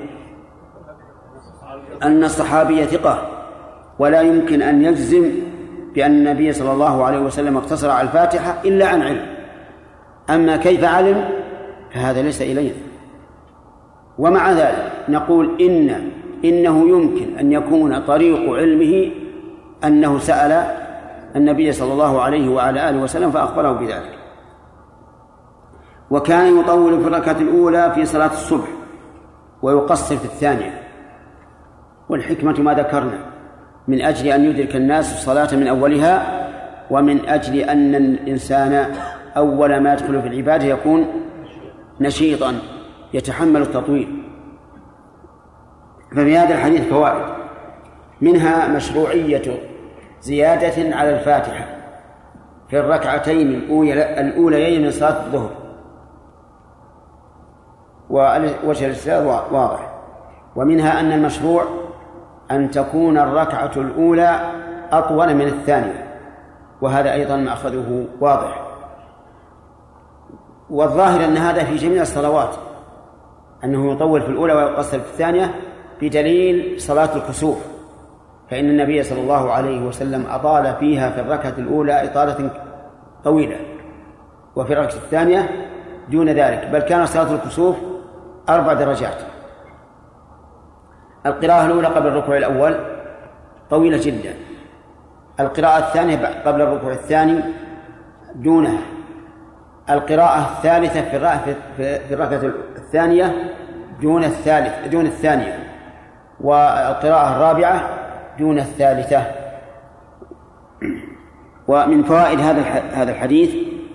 أن الصحابي ثقة، ولا يمكن أن يجزم بأن النبي صلى الله عليه وسلم اقتصر على الفاتحة إلا عن علم. أما كيف علم فهذا ليس إلينا. ومع ذلك نقول إنه يمكن أن يكون طريق علمه أنه سأل النبي صلى الله عليه وعلى آله وسلم فأخبره بذلك. وكان يطول في الركعة الأولى في صلاة الصبح ويقصر في الثانية، والحكمة ما ذكرنا من أجل أن يدرك الناس الصلاة من أولها، ومن أجل أن الإنسان أول ما يدخل في العبادة يكون نشيطا يتحمل التطويل. ففي هذا الحديث فوائد، منها مشروعية زيادة على الفاتحة في الركعتين الأوليين من صلاة الظهر، ووجه الاستدلال واضح. ومنها أن المشروع أن تكون الركعة الأولى أطول من الثانية، وهذا أيضا مأخذه واضح. والظاهر أن هذا في جميع الصلوات، أنه يطول في الأولى ويقصر في الثانية، بدليل صلاة الكسوف، فإن النبي صلى الله عليه وسلم أطال فيها في الركعة الأولى إطالة طويلة، وفي الركعة الثانية دون ذلك، بل كان صلاة الكسوف 4 درجات. القراءة الأولى قبل الركوع الأول طويلة جدا، القراءة الثانية قبل الركوع الثاني دونها، القراءة الثالثة في الركعة الثانية دون الثانية، والقراءة الرابعة دون الثالثة. ومن فوائد هذا الحديث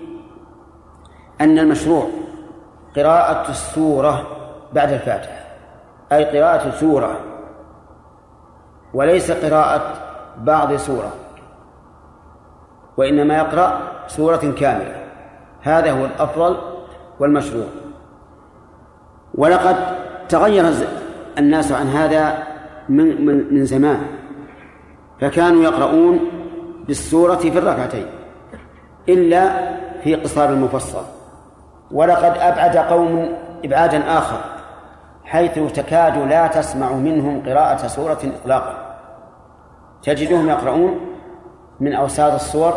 أن المشروع قراءة السورة بعد الفاتحة، أي قراءة سورة وليس قراءة بعض سورة، وإنما يقرأ سورة كاملة، هذا هو الأفضل والمشروع. ولقد تغير الناس عن هذا من زمان، فكانوا يقرؤون بالسورة في الركعتين إلا في قصار المفصل. ولقد أبعد قوم إبعادا آخر، حيث تكاد لا تسمع منهم قراءة سورة إطلاقا، تجدهم يقرؤون من أوساط السور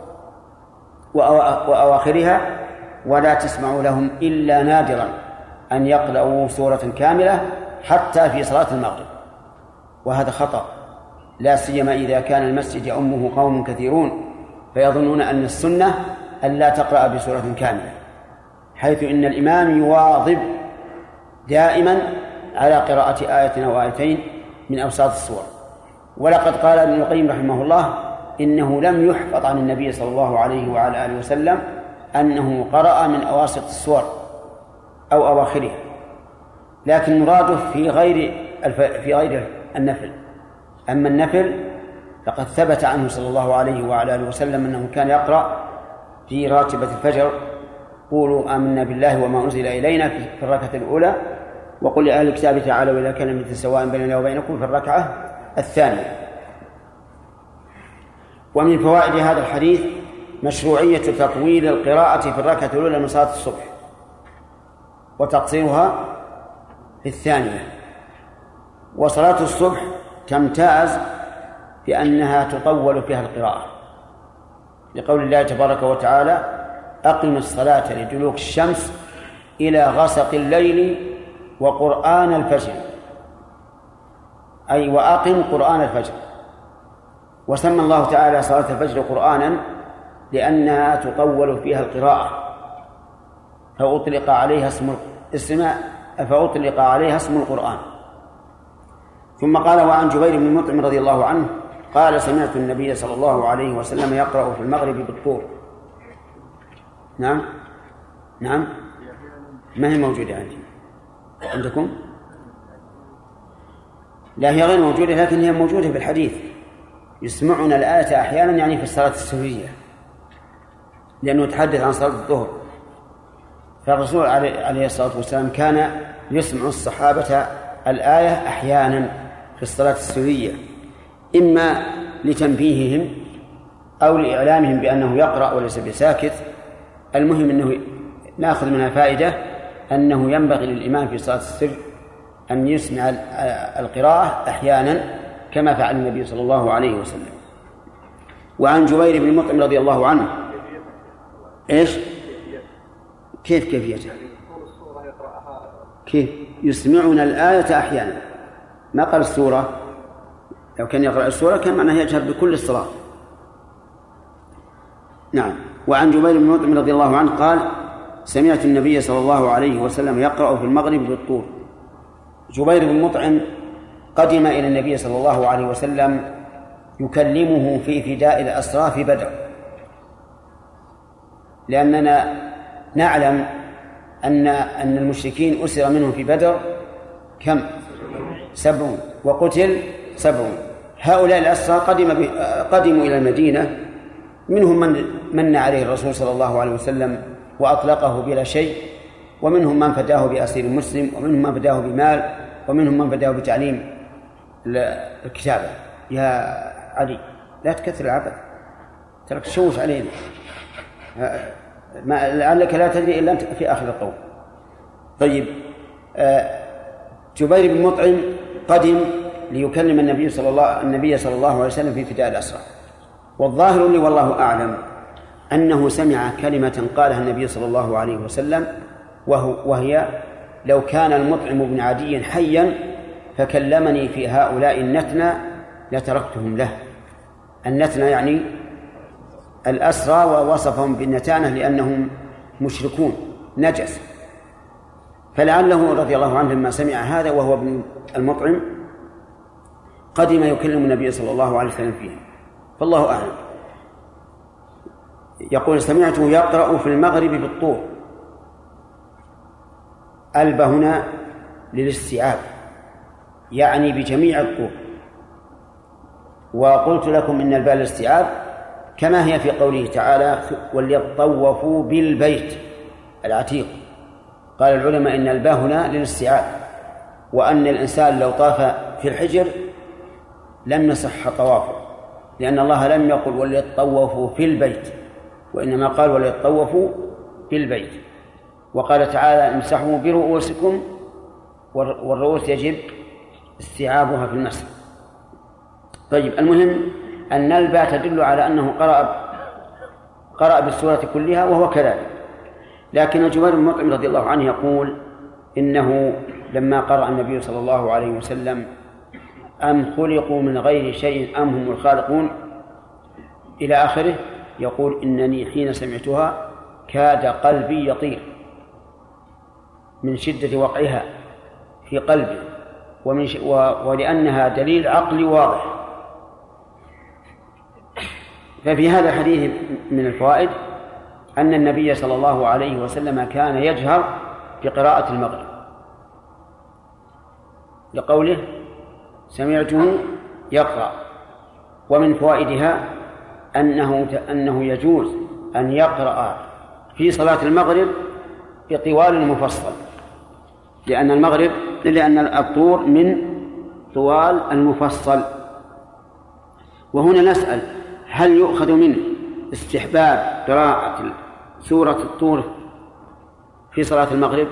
وأواخرها، ولا تسمع لهم إلا نادرا أن يقرأوا سورة كاملة حتى في صلاة المغرب، وهذا خطأ، لا سيما إذا كان المسجد يؤمه قوم كثيرون فيظنون أن السنة أن لا تقرأ بسورة كاملة، حيث إن الإمام يواظب دائما على قراءة آية أو آيتين من أوساط السور. ولقد قال ابن القيم رحمه الله إنه لم يحفظ عن النبي صلى الله عليه وعلى آله وسلم أنه قرأ من أواسط السور أو أواخرها، لكن مراده في غير النفل. أما النفل فقد ثبت عنه صلى الله عليه وعلى آله وسلم أنه كان يقرأ في راتبة الفجر قولوا آمنا بالله وما أنزل إلينا في الركعة الأولى، وقل لأهل الكتاب تعالوا إلى كلمة سواء بيننا وبينكم في الركعة الثانية. ومن فوائد هذا الحديث مشروعية تطويل القراءة في الركعة الأولى من صلاة الصبح وتقصيرها في الثانية. وصلاة الصبح تمتاز بأنها تطول فيها القراءة، لقول الله تبارك وتعالى أقم الصلاة لدلوك الشمس إلى غسق الليل وقرآن الفجر، أي وأقم قرآن الفجر. وسمى الله تعالى صلاة الفجر قرآنا لأنها تطول فيها القراءة، فأطلق عليها اسم القرآن. ثم قال وعن جبير بن مطعم رضي الله عنه قال سمعت النبي صلى الله عليه وسلم يقرأ في المغرب بالطور. نعم ما هي موجودة عندكم؟ لا هي غير موجودة، لكن هي موجودة في الحديث. يسمعون الآية أحيانا يعني في الصلاة السرية، لأنه يتحدث عن صلاة الظهر، فالرسول عليه الصلاة والسلام كان يسمع الصحابة الآية أحيانا في الصلاة السرية، إما لتنبيههم أو لإعلامهم بأنه يقرأ وليس بساكت. المهم أنه نأخذ منها فائدة أنه ينبغي للإمام في صلاة السر أن يسمع القراءة أحيانا كما فعل النبي صلى الله عليه وسلم. وعن جبير بن مطعم رضي الله عنه إيش؟ كيف كيفيته؟ كيف يسمعنا الآية أحيانا، ما قال السورة. لو كان يقرأ السورة كان معناه يجهر بكل الصلاة. نعم. وعن جبير بن مطعم رضي الله عنه قال سمعت النبي صلى الله عليه وسلم يقرأ في المغرب بالطور. جبير بن مطعم قدم إلى النبي صلى الله عليه وسلم يكلمه في فداء الأسرى في بدر، لأننا نعلم أن المشركين أسر منهم في بدر كم؟ 70 وقتل 70. هؤلاء الأسرى قدموا إلى المدينة، منهم من من عليه الرسول صلى الله عليه وسلم وأطلقه بلا شيء، ومنهم من فداه بأسير مسلم، ومنهم من فداه بمال، ومنهم من فداه بتعليم الكتابة. يا علي لا تكثر العبث، ترك تشوش علينا، لعلك لا تدري إلا أنت في آخر القول. طيب، جبير بن مطعم قدم ليكلم النبي صلى الله عليه وسلم في فداء الأسرى، والظاهر لي والله أعلم أنه سمع كلمة قالها النبي صلى الله عليه وسلم، وهي لو كان المطعم بن عدي حيا فكلمني في هؤلاء النتنى لتركتهم له. النتنى يعني الأسرى، ووصفهم بالنتانة لأنهم مشركون نجس. فلعله رضي الله عنه لما سمع هذا وهو ابن المطعم قدم يكلم النبي صلى الله عليه وسلم فيه، فالله أعلم. يقول سمعته يقرأ في المغرب بالطور. ألب هنا للاستيعاب، يعني بجميع الطور. وقلت لكم إن الباء للاستيعاب كما هي في قوله تعالى وليطوفوا بالبيت العتيق. قال العلماء إن الباء هنا للاستيعاب، وأن الإنسان لو طاف في الحجر لم يصح طوافه، لأن الله لم يقل وليطوفوا في البيت، وإنما قال وليطوفوا بالبيت. وقال تعالى امسحوا برؤوسكم، والرؤوس يجب استيعابها في المسح. طيب، المهم أن الباء تدل على أنه قرأ بالسورة كلها وهو كذلك. لكن جبير بن مطعم رضي الله عنه يقول إنه لما قرأ النبي صلى الله عليه وسلم أم خلقوا من غير شيء أم هم الخالقون إلى آخره، يقول إنني حين سمعتها كاد قلبي يطير من شدة وقعها في قلبي، ولأنها دليل عقلي واضح. ففي هذا الحديث من الفوائد أن النبي صلى الله عليه وسلم كان يجهر بقراءة المغرب، لقوله سمعته يقرأ. ومن فوائدها أنه يجوز أن يقرأ في صلاة المغرب بطوال مفصل، لأن الطور من طوال المفصل. وهنا نسأل هل يؤخذ منه استحباب قراءة سورة الطور في صلاة المغرب؟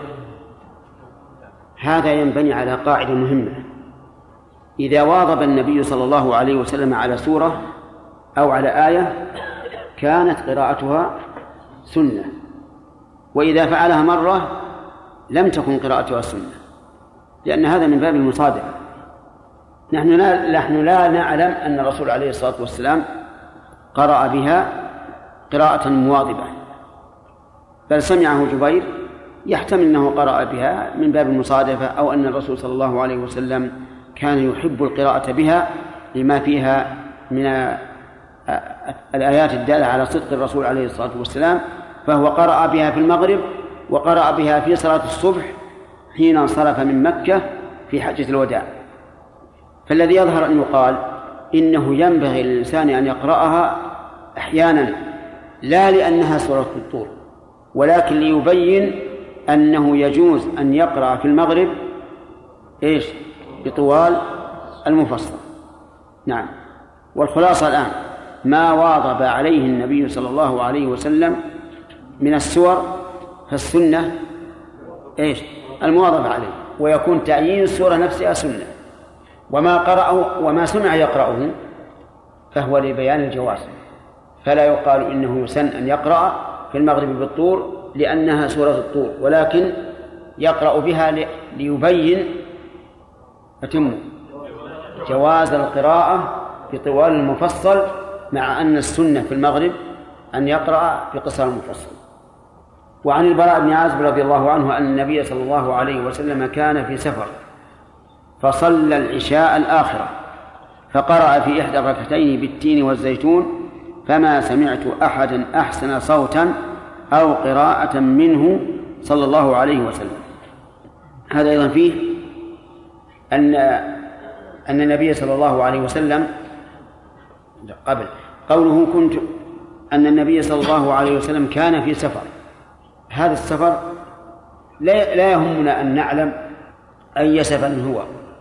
هذا ينبني على قاعدة مهمة: إذا واظب النبي صلى الله عليه وسلم على سورة أو على آية كانت قراءتها سنة، وإذا فعلها مرة لم تكن قراءتها سنة، لأن هذا من باب المصادفة. نحن لا نعلم أن الرسول عليه الصلاة والسلام قرأ بها قراءة مواظبة، بل سمعه جبير، يحتمل أنه قرأ بها من باب المصادفة، أو أن الرسول صلى الله عليه وسلم كان يحب القراءة بها لما فيها من الآيات الدالة على صدق الرسول عليه الصلاة والسلام، فهو قرأ بها في المغرب وقرأ بها في صلاة الصبح حين انصرف من مكة في حجة الوداع. فالذي يظهر أن يقال إنه ينبغي للإنسان أن يقرأها أحيانا، لا لأنها سورة الطور، ولكن ليبين أنه يجوز أن يقرأ في المغرب بطوال المفصل. نعم. والخلاصة الآن ما واظب عليه النبي صلى الله عليه وسلم من السور، فالسنة إيش؟ المواظبة عليه، ويكون تعيين السورة نفسها سنة. وما قرأه وما سمع يقرأه فهو لبيان الجواز، فلا يقال إنه يسن أن يقرأ في المغرب بالطور لأنها سورة الطور، ولكن يقرأ بها ليبين جواز القراءة بطوال المفصل، مع أن السنة في المغرب أن يقرأ بقصر المفصل. وعن البراء بن عازب رضي الله عنه أن النبي صلى الله عليه وسلم كان في سفر فصلى العشاء الآخرة فقرأ في إحدى الركعتين بالتين والزيتون فما سمعت أحدا أحسن صوتا أو قراءة منه صلى الله عليه وسلم. هذا أيضا فيه أن النبي صلى الله عليه وسلم قبل قوله أن النبي صلى الله عليه وسلم كان في سفر. هذا السفر لا يهمنا أن نعلم أي سفر هو،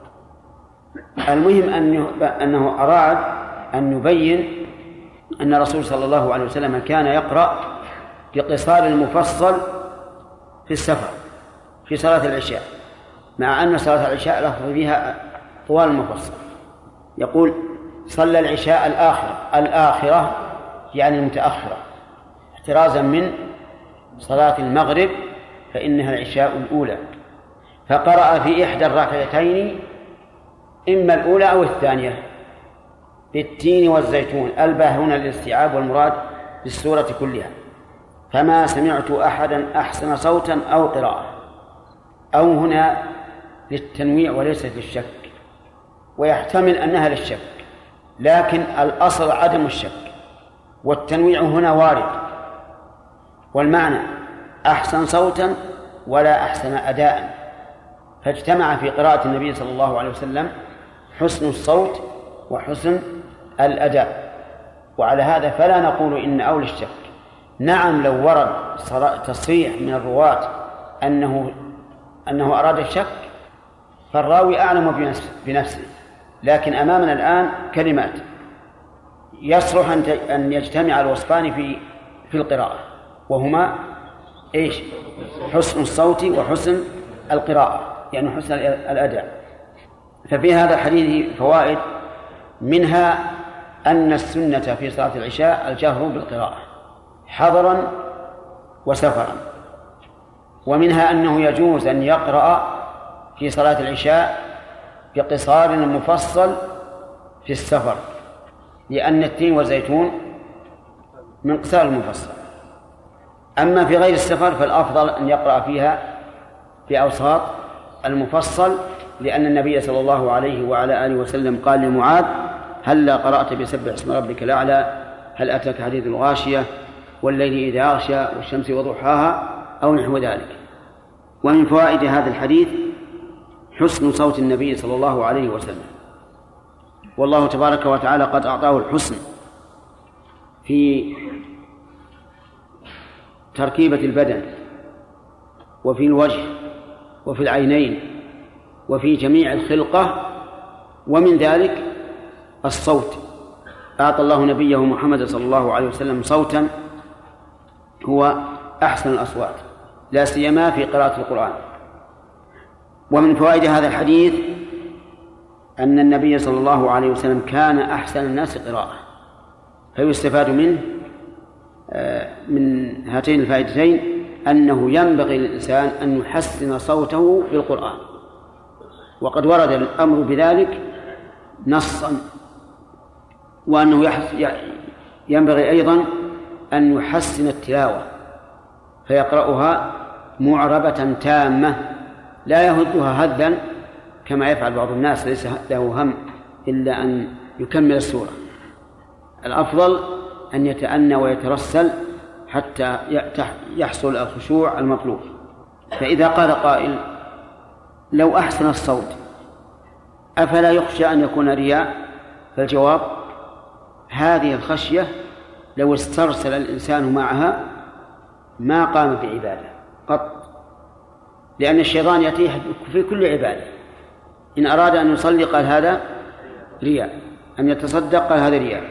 المهم أنه أراد أن يبين أن الرسول صلى الله عليه وسلم كان يقرأ بقصار المفصل في السفر في صلاة العشاء، مع أن صلاة العشاء لفظ بها طوال المفصل. يقول صلى العشاء الآخرة يعني المتأخرة، احترازا من صلاة المغرب فإنها العشاء الأولى، فقرأ في إحدى الركعتين إما الأولى أو الثانية بالتين والزيتون، الباء هنا للاستيعاب والمراد بالسورة كلها. فما سمعت أحدا أحسن صوتا أو قراءة، أو هنا للتنويع وليست للشك، ويحتمل أنها للشك، لكن الأصل عدم الشك، والتنويع هنا وارد، والمعنى أحسن صوتا ولا أحسن أداء، فاجتمع في قراءة النبي صلى الله عليه وسلم حسن الصوت وحسن الأداء، وعلى هذا فلا نقول إن أولى الشك. نعم لو ورد تصريح من الرواة أنه أراد الشك فالراوي أعلم بنفسه، لكن أمامنا الآن كلمات يصلح أن يجتمع الوصفان في القراءة، وهما إيش؟ حسن الصوت وحسن القراءة، يعني حسن الأداء. ففي هذا الحديث فوائد، منها أن السنة في صلاة العشاء الجهر بالقراءة حضرا وسفرا، ومنها أنه يجوز أن يقرأ في صلاة العشاء بقصار مفصل في السفر، لأن التين والزيتون من قصار المفصل. أما في غير السفر فالأفضل أن يقرأ فيها بأوساط المفصل، لأن النبي صلى الله عليه وعلى آله وسلم قال لمعاذ هلا قرأت بسبح اسم ربك الأعلى، هل أتاك حديث الغاشية، والليل إذا أغشى، والشمس وضحاها، أو نحو ذلك. ومن فوائد هذا الحديث حسن صوت النبي صلى الله عليه وسلم، والله تبارك وتعالى قد أعطاه الحسن في تركيبة البدن وفي الوجه وفي العينين وفي جميع الخلقة، ومن ذلك الصوت. أعطى الله نبيه محمد صلى الله عليه وسلم صوتا هو أحسن الأصوات، لا سيما في قراءة القرآن. ومن فوائد هذا الحديث أن النبي صلى الله عليه وسلم كان أحسن الناس قراءة، فيستفاد منه من هاتين الفائدتين أنه ينبغي للإنسان أن يحسن صوته بالقرآن، وقد ورد الأمر بذلك نصا، وأنه ينبغي أيضا أن يحسن التلاوة فيقرأها معربة تامة لا يهدها هدا كما يفعل بعض الناس، ليس له هم إلا أن يكمل السورة. الأفضل أن يتأنى ويترسل حتى يحصل الخشوع المطلوب. فإذا قال قائل لو أحسن الصوت أفلا يخشى أن يكون رياء؟ فالجواب هذه الخشية لو استرسل الإنسان معها ما قام بعبادة قط، لأن الشيطان يأتيه في كل عبادة. إن أراد أن يصلي قال هذا رياء، أن يتصدق قال هذا رياء،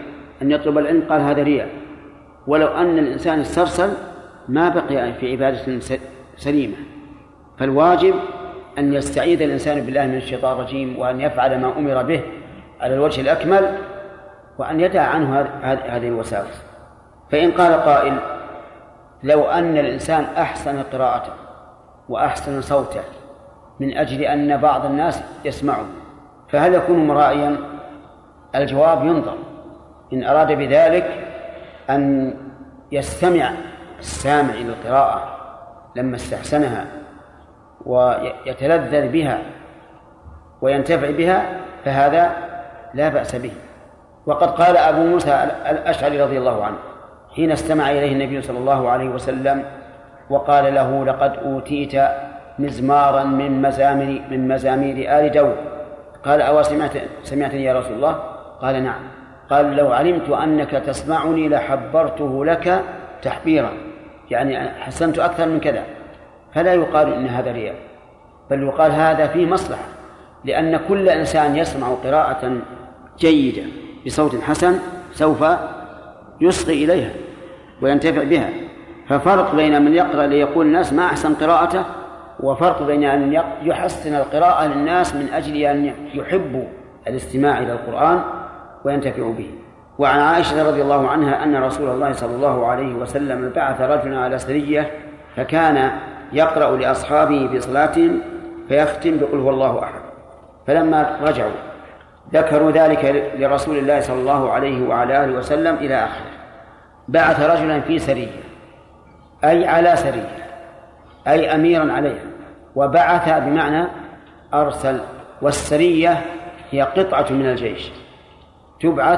أن يطلب العلم قال هذا رياء، ولو أن الإنسان استرسل ما بقي في عبادة سليمة. فالواجب أن يستعيذ الإنسان بالله من الشيطان الرجيم، وأن يفعل ما أمر به على الوجه الأكمل، وأن يدع عنه هذه الوساوس. فإن قال قائل لو أن الإنسان أحسن قراءته وأحسن صوته من أجل أن بعض الناس يسمعه فهل يكون مرائيا؟ الجواب ينظر. إن أراد بذلك أن يستمع السامع إلى القراءة لما استحسنها ويتلذذ بها وينتفع بها فهذا لا بأس به. وقد قال أبو موسى الأشعري رضي الله عنه حين استمع إليه النبي صلى الله عليه وسلم وقال له لقد أوتيت مزمارا من مزامير آل داود، قال أو سمعتني يا رسول الله؟ قال نعم. قال لو علمت أنك تسمعني لحبرته لك تحبيرا، يعني حسنت أكثر من كذا. فلا يقال إن هذا رياء، بل يقال هذا فيه مصلحة، لأن كل إنسان يسمع قراءة جيدة بصوت حسن سوف يصغي إليها وينتفع بها. ففرق بين من يقرأ ليقول الناس ما أحسن قراءته، وفرق بين أن يحسن القراءة للناس من أجل أن يحبوا الاستماع إلى القرآن وينتفعوا به. وعن عائشة رضي الله عنها أن رسول الله صلى الله عليه وسلم بعث رجلا على سرية فكان يقرأ لأصحابه في صلاتهم فيختم بقل هو الله أحد. فلما رجعوا ذكروا ذلك لرسول الله صلى الله عليه وعلى آله وسلم إلى آخره. بعث رجلا في سرية أي على سرية أي أميرا عليها، وبعث بمعنى أرسل. والسرية هي قطعة من الجيش تبعث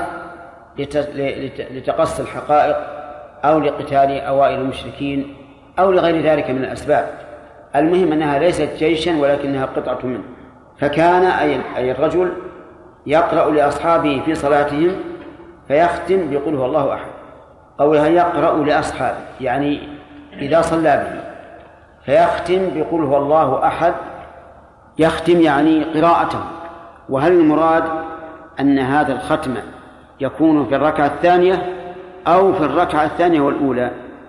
لتقصي الحقائق أو لقتال أوائل المشركين أو لغير ذلك من الأسباب. المهم أنها ليست جيشا ولكنها قطعة منه. فكان أي الرجل يقرأ لأصحابه في صلاتهم فيختم بقل هو الله أحد. قولها يقرأ لأصحابه يعني إذا صلى به فيختم بقل هو الله أحد، يختم يعني قراءته. وهل المراد أن هذا الختم يكون في الركعة الثانية أو في الركعة الثانية والأولى؟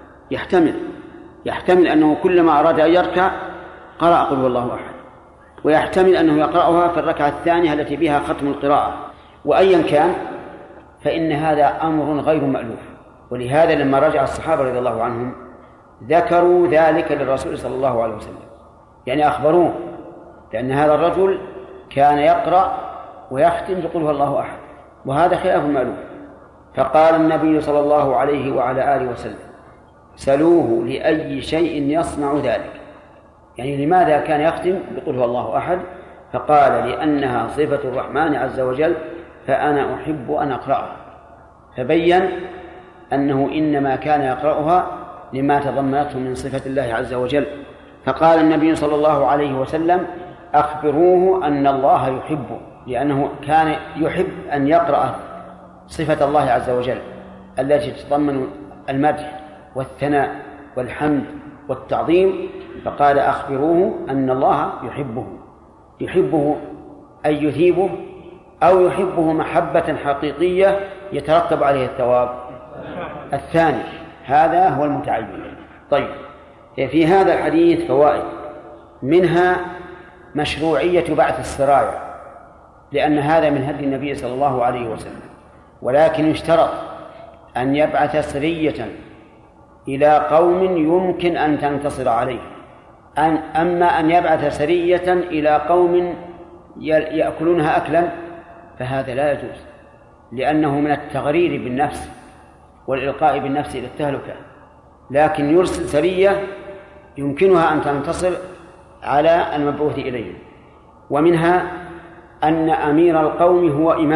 يحتمل أنه كلما أراد أن يركع قرأ قل هو الله أحد، ويحتمل أنه يقرأها في الركعة الثانية التي بها ختم القراءة. وأيا كان فإن هذا أمر غير مألوف. ولهذا لما رجع الصحابة رضي الله عنهم ذكروا ذلك للرسول صلى الله عليه وسلم، يعني أخبروه، لأن هذا الرجل كان يقرأ ويختم بقل هو الله أحد، وهذا خلاف مألوف. فقال النبي صلى الله عليه وعلى آله وسلم سلوه لأي شيء يصنع ذلك، يعني لماذا كان يختم بقل هو الله أحد؟ فقال لأنها صفة الرحمن عز وجل فأنا أحب أن أقرأها. فبين أنه إنما كان يقرأها لما تضمنته من صفة الله عز وجل. فقال النبي صلى الله عليه وسلم أخبروه أن الله يحبه، لأنه كان يحب أن يقرأ صفة الله عز وجل التي تتضمن المدح والثناء والحمد والتعظيم. فقال أخبروه أن الله يحبه أي يثيبه أو يحبه محبة حقيقية يترتب عليه الثواب الثاني. هذا هو المتعين. طيب، في هذا الحديث فوائد، منها مشروعية بعث السرايا، لأن هذا من هدي النبي صلى الله عليه وسلم، ولكن يشترط أن يبعث سرية إلى قوم يمكن أن تنتصر عليه. أما أن يبعث سرية إلى قوم يأكلونها أكلا فهذا لا يجوز، لأنه من التغرير بالنفس والإلقاء بالنفس إلى التهلكة. لكن يرسل سرية يمكنها أن تنتصر على المبعوث إليه. ومنها أن أمير القوم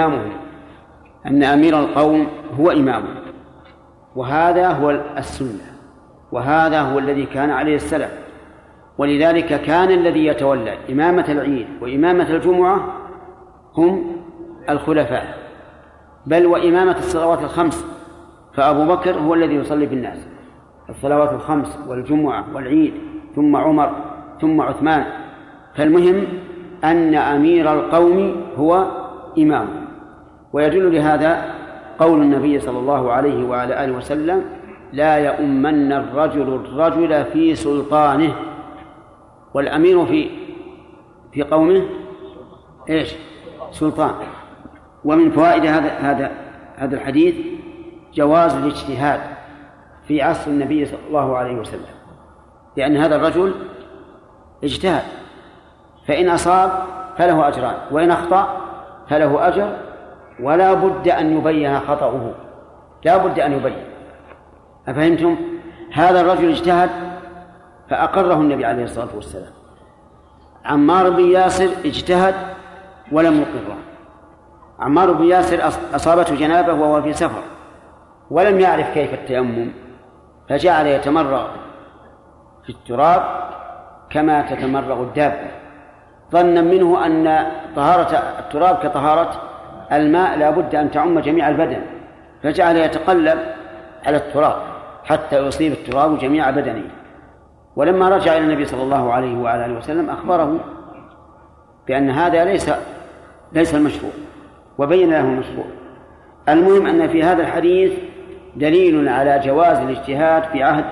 هو إمامه، وهذا هو السنة، وهذا هو الذي كان عليه السلف. ولذلك كان الذي يتولى إمامة العيد وإمامة الجمعة هم الخلفاء، بل وإمامة الصلوات الخمس، فأبو بكر هو الذي يصلي بالناس الصلوات الخمس والجمعة والعيد، ثم عمر، ثم عثمان. فالمهم أن أمير القوم هو إمامه. ويدل لهذا قول النبي صلى الله عليه وعلى آله وسلم: لا يؤمن الرجل في سلطانه. والأمير في قومه إيش؟ سلطان. ومن فوائد هذا الحديث جواز الاجتهاد في عصر النبي صلى الله عليه وسلم، لأن هذا الرجل اجتهد، فإن أصاب فله أجران، وإن أخطأ فله أجر، ولا بد أن يبين خطأه، لا بد أن يبين. أفهمتم؟ هذا الرجل اجتهد فأقره النبي عليه الصلاة والسلام. عمار بن ياسر اجتهد ولم يقره. عمار بن ياسر أصابته جنابة وهو في سفر ولم يعرف كيف التيمم، فجعل يتمرغ في التراب كما تتمرغ الدابة، ظنا منه أن طهارة التراب كطهارة الماء لا بد أن تعم جميع البدن، فجعل يتقلب على التراب حتى يصيب التراب جميع بدنه. ولما رجع إلى النبي صلى الله عليه وعلى آله وسلم أخبره بأن هذا ليس المشروع، وبين له المشروع. المهم أن في هذا الحديث دليل على جواز الاجتهاد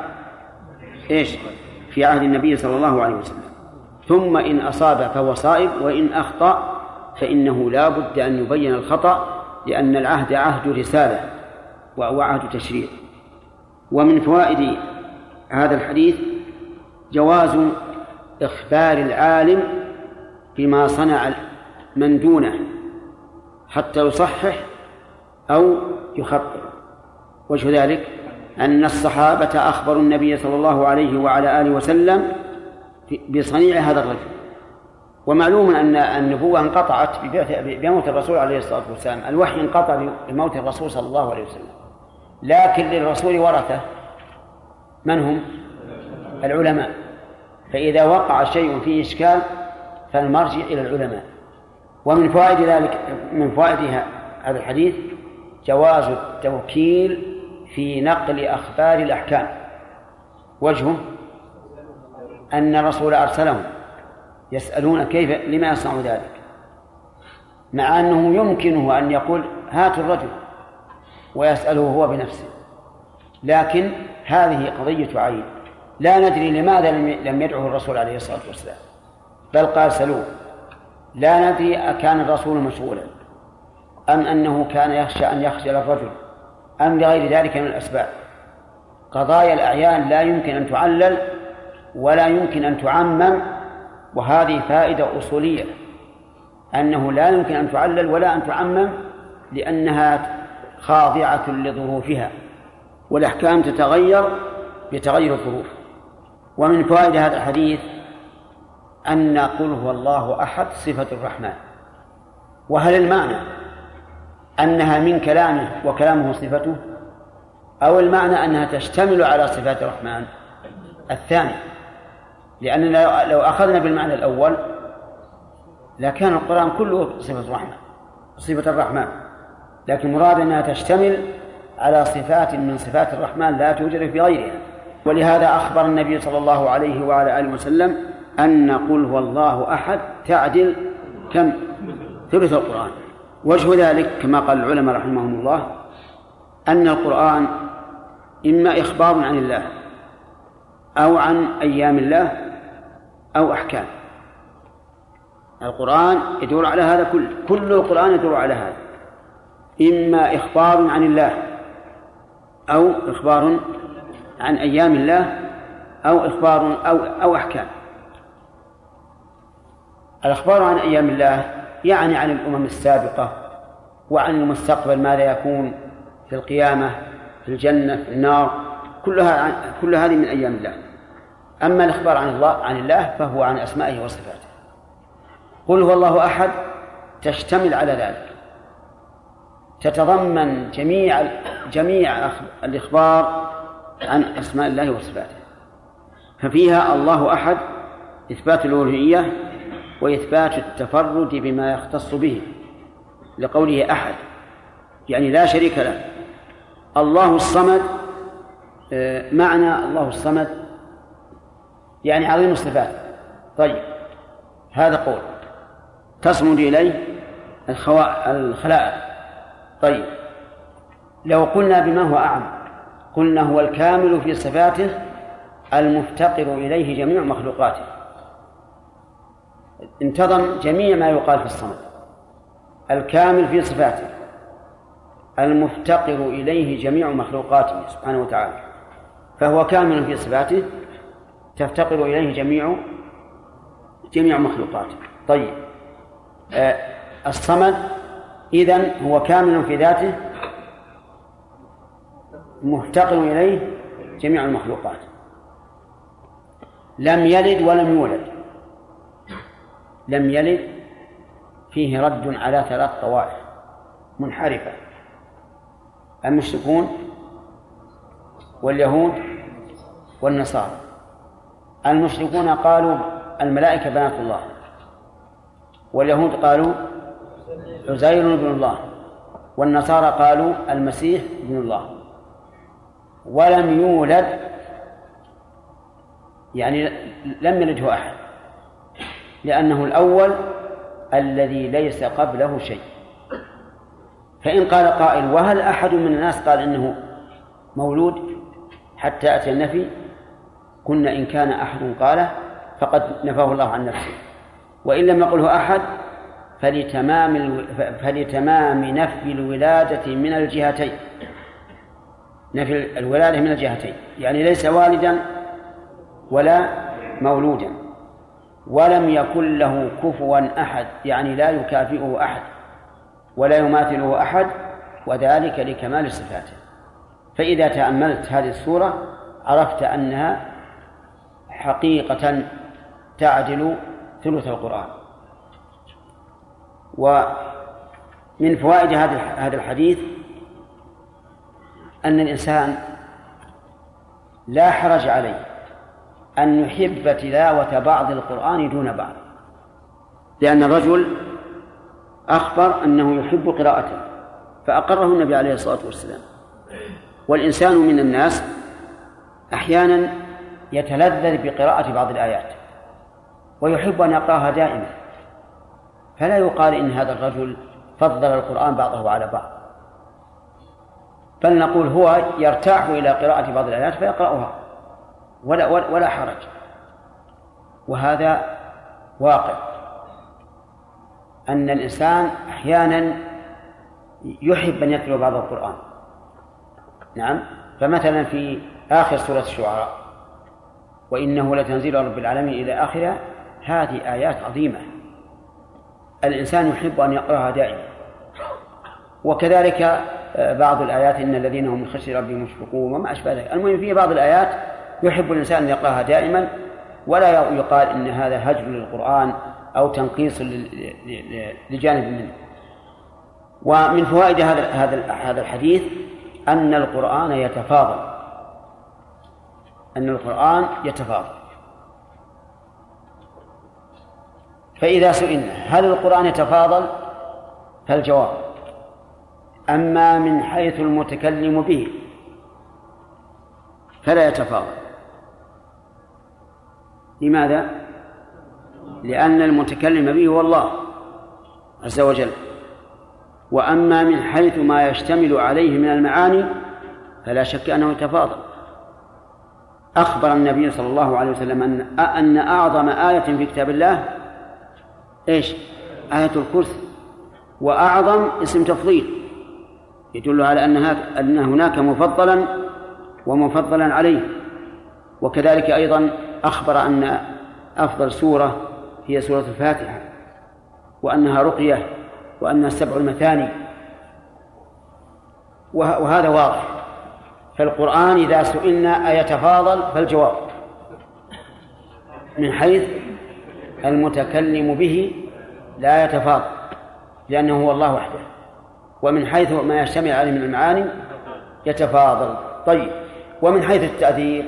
في عهد النبي صلى الله عليه وسلم. ثم إن أصاب فهو صائب، وإن أخطأ فإنه لا بد أن يبين الخطأ، لأن العهد عهد رسالة وعهد تشريع. ومن فوائد هذا الحديث جواز إخبار العالم بما صنع من دونه حتى يصحح أو يخطئ. وجه ذلك أن الصحابة أخبروا النبي صلى الله عليه وعلى آله وسلم بصنيع هذا الرجل. ومعلوم أن النبوة انقطعت بموت الرسول عليه الصلاة والسلام، الوحي انقطع بموت الرسول صلى الله عليه وسلم، لكن للرسول ورثة من هم؟ العلماء. فإذا وقع شيء فيه إشكال فالمرجع إلى العلماء. ومن فوائد ذلك، من فوائد هذا الحديث جواز التوكيل في نقل أخبار الأحكام. وجهه أن الرسول أرسلهم يسألون لما يصنع ذلك، مع أنه يمكنه أن يقول هاتوا الرجل ويسأله هو بنفسه، لكن هذه قضية عين، لا ندري لماذا لم يدعه الرسول عليه الصلاة والسلام، بل قال سلوه. لا ندري أكان الرسول مشغولا أم أنه كان يخشى أن يخجل الرجل أم لغير ذلك من الأسباب. قضايا الأعيان لا يمكن أن تعلل ولا يمكن أن تعمم، وهذه فائدة أصولية، أنه لا يمكن أن تعلل ولا أن تعمم، لأنها خاضعة لظروفها، والأحكام تتغير بتغير الظروف. ومن فوائد هذا الحديث أن قل هو الله أحد صفة الرحمن. وهل المعنى أنها من كلامه وكلامه صفته، أو المعنى أنها تشتمل على صفات الرحمن؟ الثاني، لأننا لو أخذنا بالمعنى الأول لكان القرآن كله صفة الرحمن، لكن مراد أنها تشتمل على صفات من صفات الرحمن لا توجد في غيرها. ولهذا أخبر النبي صلى الله عليه وعلى آله وسلم أن قل هو الله أحد تعدل كم؟ ثلث القرآن. وجه ذلك كما قال العلماء رحمهم الله أن القرآن إما إخبار عن الله أو عن أيام الله أو أحكام. القرآن يدور على هذا كل القرآن يدور على هذا، إما إخبار عن الله أو إخبار عن أيام الله أو إخبار أو أحكام. الأخبار عن أيام الله يعني عن الأمم السابقة وعن المستقبل، ماذا يكون في القيامة، في الجنة، في النار، كل هذه من أيام الله. أما الإخبار عن الله فهو عن أسمائه وصفاته. قل هو الله أحد تشتمل على ذلك، تتضمن جميع الإخبار عن أسماء الله وصفاته، ففيها الله أحد إثبات الألوهية وإثبات التفرد بما يختص به، لقوله أحد يعني لا شريك له. الله الصمد، معنى الله الصمد يعني عظيم الصفات. طيب، هذا قول تصمد إليه الخلائق. طيب، لو قلنا بما هو أعم قلنا هو الكامل في صفاته المفتقر إليه جميع مخلوقاته، انتظم جميع ما يقال في الصمد. الكامل في صفاته المفتقر إليه جميع مخلوقاته سبحانه وتعالى، فهو كامل في صفاته تفتقر إليه جميع مخلوقاته. طيب الصمد إذن هو كامل في ذاته مفتقر إليه جميع المخلوقات، لم يلد ولم يولد. لم يلد فيه رد على 3 طوائف منحرفة: المشركون واليهود والنصارى. المشركون قالوا الملائكة بنات الله، واليهود قالوا عزير ابن الله، والنصارى قالوا المسيح ابن الله. ولم يولد يعني لم يلده أحد، لأنه الأول الذي ليس قبله شيء. فإن قال قائل: وهل أحد من الناس قال إنه مولود حتى أتى النفي؟ قلنا إن كان أحد قاله فقد نفاه الله عن نفسه، وإن لم يقله أحد فلتمام نفي الولادة من الجهتين، نفي الولادة من الجهتين، يعني ليس والدا ولا مولودا، ولم يكن له كفوا أحد، يعني لا يكافئه أحد ولا يماثله أحد، وذلك لكمال صفاته. فإذا تأملت هذه السورة عرفت أنها حقيقة تعدل ثلث القرآن. ومن فوائد هذا الحديث أن الإنسان لا حرج عليه أن يحب تلاوة بعض القرآن دون بعض، لأن الرجل أخبر أنه يحب قراءته فأقره النبي عليه الصلاة والسلام. والإنسان من الناس أحيانا يتلذذ بقراءة بعض الآيات ويحب أن يقرأها دائما، فلا يقال إن هذا الرجل فضل القرآن بعضه على بعض، بل نقول هو يرتاح إلى قراءة بعض الآيات فيقرأها ولا حرج. وهذا واقع أن الإنسان أحيانا يحب أن يتلو بعض القرآن. نعم، فمثلا في آخر سورة الشعراء: وإنه لتنزيل رب العالمين إلى آخرها، هذه آيات عظيمة الإنسان يحب أن يقرأها دائما. وكذلك بعض الآيات: إن الذين هم من خشية ربهم مشفقون وما أشبه ذلك. المهم في بعض الآيات يحب الإنسان أن يقرأها دائما، ولا يقال إن هذا هجر للقرآن أو تنقيص لجانب منه. ومن فوائد هذا الحديث أن القرآن يتفاضل. فإذا سئلنا هل القرآن يتفاضل؟ فالجواب: أما من حيث المتكلم به فلا يتفاضل. لماذا؟ لأن المتكلم به هو الله عز وجل. وأما من حيث ما يشتمل عليه من المعاني فلا شك أنه يتفاضل. أخبر النبي صلى الله عليه وسلم أن أعظم آية في كتاب الله إيش؟ آية الكرسي، وأعظم اسم تفضيل يدل على أن هناك مفضلا ومفضلا عليه. وكذلك أيضا أخبر أن أفضل سورة هي سورة الفاتحة، وأنها رقية، وأنها 7 المثاني، وهذا واضح. فالقرآن إذا سئلنا أيتفاضل فالجواب من حيث المتكلم به لا يتفاضل، لأنه هو الله وحده. ومن حيث ما يشتمل عليه من المعاني يتفاضل. طيب، ومن حيث التأثير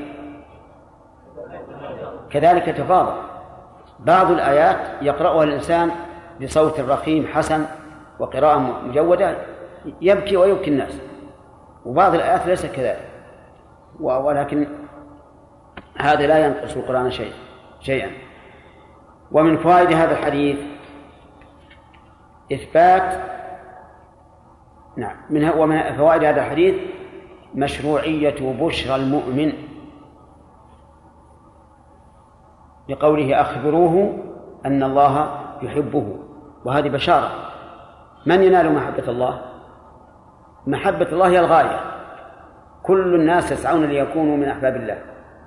كذلك يتفاضل. بعض الآيات يقرأها الإنسان بصوت رخيم حسن وقراءة مجودة يبكي ويبكي الناس، وبعض الآيات ليس كذلك. ولكن هذا لا ينقص القرآن شيئا. ومن فوائد هذا الحديث إثبات نعم. ومن فوائد هذا الحديث مشروعية بشرى المؤمن بقوله أخبروه أن الله يحبه، وهذه بشارة. من ينال محبة الله؟ محبة الله هي الغاية، كل الناس يسعون ليكونوا من أحباب الله،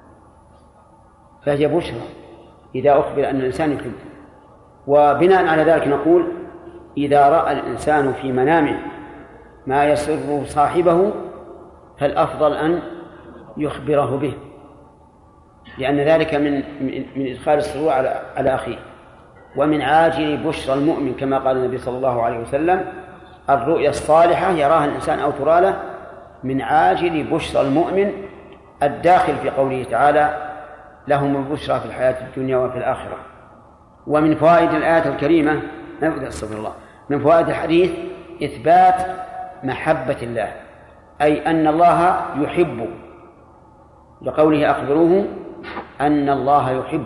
فهي بشرى إذا أخبر أن الإنسان يحبه. وبناء على ذلك نقول إذا رأى الإنسان في منامه ما يسر صاحبه فالأفضل أن يخبره به، لأن ذلك من إدخال السرور على أخيه. ومن عاجل بشرى المؤمن كما قال النبي صلى الله عليه وسلم الرؤيا الصالحة يراها الإنسان أو ترى له، من عاجل بشرى المؤمن الداخل في قوله تعالى لهم البشرى في الحياة الدنيا وفي الآخرة. ومن فوائد الآية الكريمة من فوائد الحديث إثبات محبة الله، أي أن الله يحب، لقوله أخبروه أن الله يحب.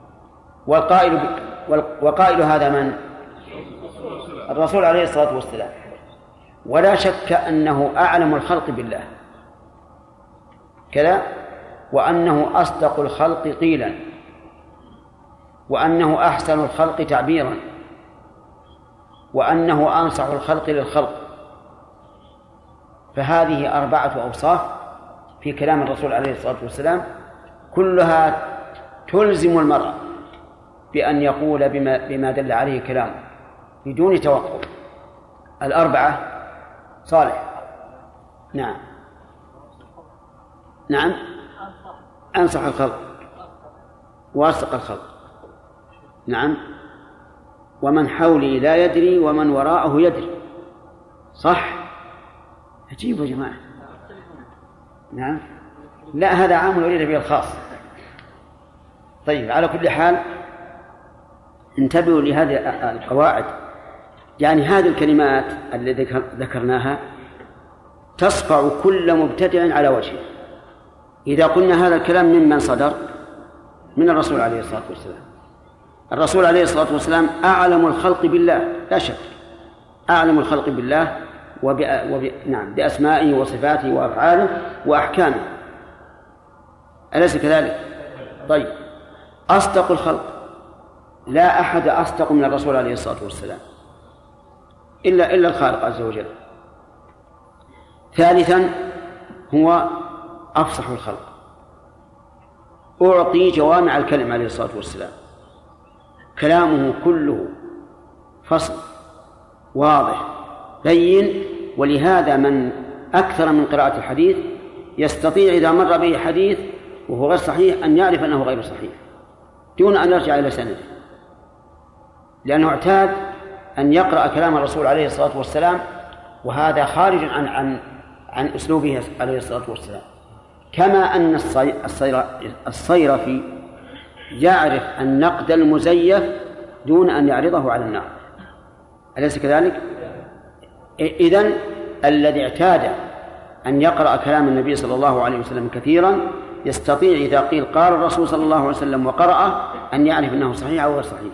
وقائل هذا من؟ الرسول عليه الصلاة والسلام، ولا شك أنه أعلم الخلق بالله كذا، وأنه أصدق الخلق قيلا، وأنه أحسن الخلق تعبيرا، وأنه أنصح الخلق للخلق. فهذه 4 أوصاف في كلام الرسول عليه الصلاة والسلام كلها تلزم المرء بأن يقول بما دل عليه كلامه بدون توقف. 4 صالح. نعم أنصح الخلق وأصدق الخلق. نعم. ومن حولي لا يدري ومن وراءه يدري. صح. عجيب يا جماعة. نعم. لا هذا عام وليس به الخاص. طيب على كل حال انتبهوا لهذه القواعد، يعني هذه الكلمات التي ذكرناها تصفع كل مبتدع على وجهه. إذا قلنا هذا الكلام ممن صدر من الرسول عليه الصلاة والسلام. الرسول عليه الصلاة والسلام أعلم الخلق بالله لا شك، أعلم الخلق بالله بأسمائه وصفاته وأفعاله وأحكامه، أليس كذلك؟ طيب أصدق الخلق، لا أحد أصدق من الرسول عليه الصلاة والسلام إلا الخالق عز وجل. ثالثا هو أفصح الخلق، أعطي جوامع الكلم عليه الصلاة والسلام، كلامه كله فصل واضح بين. ولهذا من أكثر من قراءة الحديث يستطيع إذا مر به حديث وهو غير صحيح أن يعرف أنه غير صحيح دون أن يرجع إلى سنده، لأنه اعتاد أن يقرأ كلام الرسول عليه الصلاة والسلام، وهذا خارج عن أسلوبه عليه الصلاة والسلام. كما أن الصيرفي يعرف النقد المزيف دون أن يعرضه على النار، أليس كذلك؟ إذن الذي اعتاد أن يقرأ كلام النبي صلى الله عليه وسلم كثيرا يستطيع إذا قيل قال الرسول صلى الله عليه وسلم وقرأ أن يعرف أنه صحيح أو غير صحيح،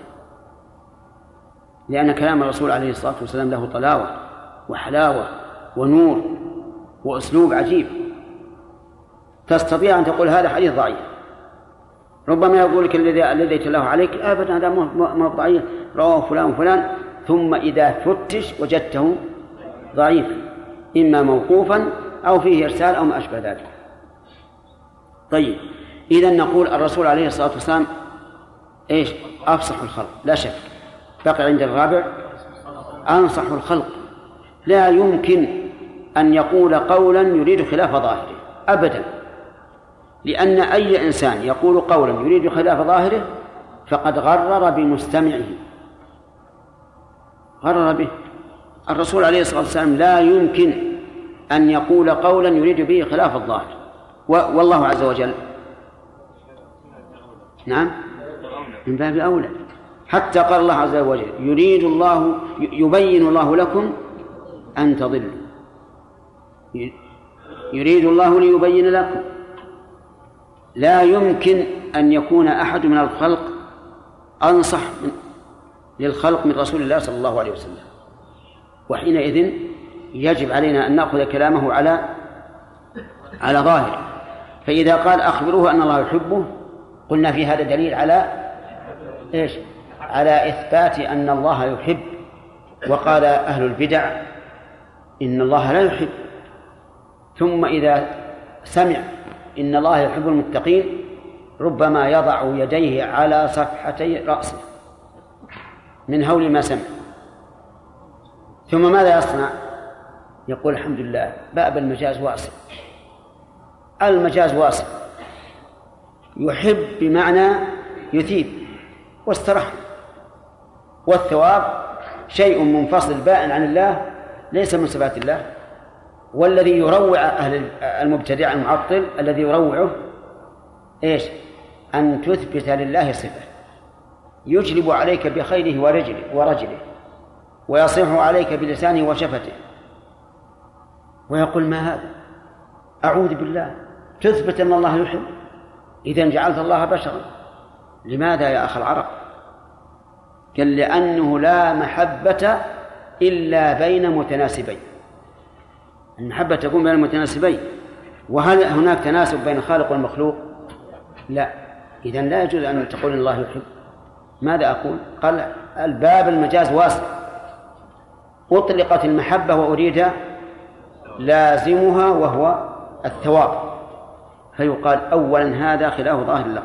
لأن كلام الرسول عليه الصلاة والسلام له طلاوة وحلاوة ونور وأسلوب عجيب. تستطيع أن تقول هذا حديث ضعيف، ربما يقول لك الذي تلاه عليك أبدا هذا ما ضعيف، رواه فلان وفلان، ثم إذا فتش وجدته ضعيفا إما موقوفا أو فيه إرسال أو ما أشبه ذلك. طيب إذن نقول الرسول عليه الصلاة والسلام إيش؟ أفصح الخلق لا شك. بقي عند الرابع أنصح الخلق، لا يمكن أن يقول قولا يريد خلاف ظاهره أبدا، لأن أي إنسان يقول قولا يريد خلاف ظاهره فقد غرر بمستمعه، غرر به. الرسول عليه الصلاة والسلام لا يمكن أن يقول قولا يريد به خلاف الظاهر، والله عز وجل نعم من باب أولى. حتى قال الله عز وجل يبين الله لكم أن تضلوا، يريد الله ليبين لكم. لا يمكن أن يكون أحد من الخلق أنصح للخلق من رسول الله صلى الله عليه وسلم، وحينئذ يجب علينا أن نأخذ كلامه على ظاهره. فإذا قال أخبروه أن الله يحبه قلنا في هذا دليل على إيش؟ على إثبات أن الله يحب. وقال أهل البدع إن الله لا يحب، ثم إذا سمع إن الله يحب المتقين ربما يضع يديه على صفحتي رأسه من هول ما سمع، ثم ماذا يصنع؟ يقول الحمد لله باب المجاز واسع. المجاز واسع، يحب بمعنى يثيب واسترحم، والثواب شيء منفصل بائن عن الله ليس من صفات الله. والذي يروع أهل المبتدع المعطل الذي يروعه إيش؟ أن تثبت لله صفة يجلب عليك بخيله ورجله ويصيح عليك بلسانه وشفته، ويقول ما هذا؟ أعوذ بالله، تثبت أن الله يحب، إذن جعلت الله بشرا. لماذا يا أخ العرب؟ قال لأنه لا محبة إلا بين متناسبين. المحبة تكون بين المتناسبين، وهل هناك تناسب بين الخالق والمخلوق؟ لا. إذن لا يجوز أن تقول الله يحب. ماذا أقول؟ قال الباب المجاز واسع، أطلقت المحبة وأريد لازمها وهو الثواب، فيقال أولا هذا خلاف ظاهر اللفظ،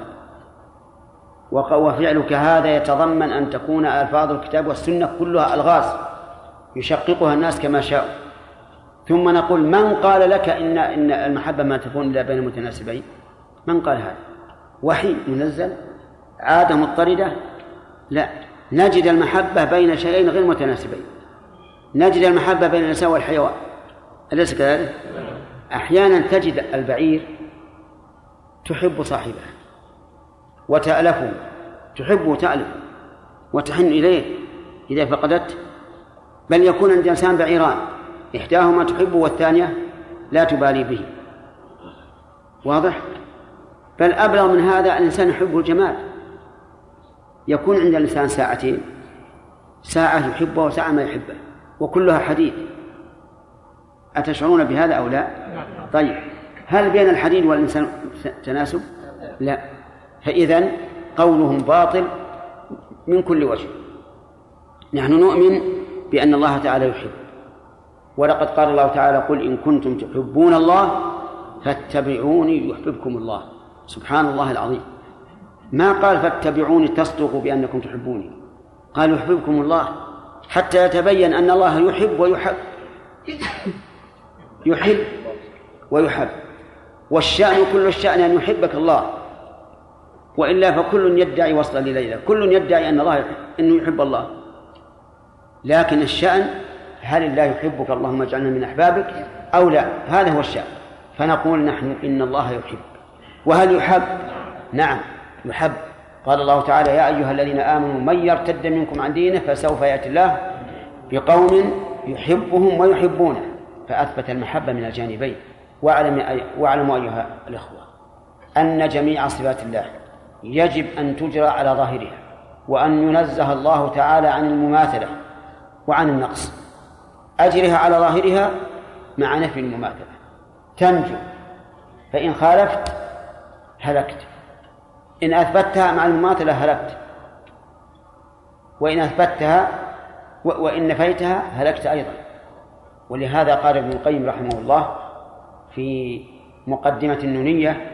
وفعلك هذا يتضمن أن تكون ألفاظ الكتاب والسنة كلها ألغاز يشققها الناس كما شاءوا. ثم نقول من قال لك إن المحبة ما تكون إلا بين المتناسبين؟ من قال هذا؟ وحي منزل؟ عادة مضطردة؟ لا، نجد المحبة بين شيئين غير متناسبين. نجد المحبة بين الإنسان والحيوان، أليس كذلك؟ أحيانا تجد البعير تحب صاحبه وتألفه، تحبه وتألفه وتحن إليه إذا فقدت، بل يكون عند الإنسان بعيران إحداهما تحبه والثانية لا تبالي به. واضح؟ بل أبلغ من هذا الإنسان يحب الجمال، يكون عند الإنسان ساعتين، ساعة يحبه وساعة ما يحبه وكلها حديد. أتشعرون بهذا أو لا؟ طيب، هل بين الحديد والإنسان تناسب؟ لا. فإذن قولهم باطل من كل وجه. نحن نؤمن بأن الله تعالى يحب، ولقد قال الله تعالى قل إن كنتم تحبون الله فاتبعوني يحببكم الله. سبحان الله العظيم، ما قال فاتبعوني تصدقوا بأنكم تحبوني، قال يحببكم الله حتى يتبين أن الله يحب ويحب، يحب ويحب. والشأن كل الشأن أن يحبك الله، وإلا فكل يدعي وصلا لليلة، كل يدعي أن الله إنه يحب الله، لكن الشأن هل الله يحبك اللهم اجعلنا من أحبابك أو لا؟ هذا هو الشأن. فنقول نحن إن الله يحب. وهل يحب؟ نعم يحب. قال الله تعالى يا أيها الذين آمنوا من يرتد منكم عن دينه فسوف يأتي الله بقوم يحبهم ويحبونه، فأثبت المحبة من الجانبين. واعلموا أيها الإخوة أن جميع صفات الله يجب أن تجرى على ظاهرها، وأن ينزه الله تعالى عن المماثلة وعن النقص. أجرها على ظاهرها مع نفي المماثلة تنجو، فإن خالفت هلكت، إن أثبتها مع المماثلة هلكت، وإن أثبتها وإن نفيتها هلكت أيضا. ولهذا قال ابن القيم رحمه الله في مقدمة النونية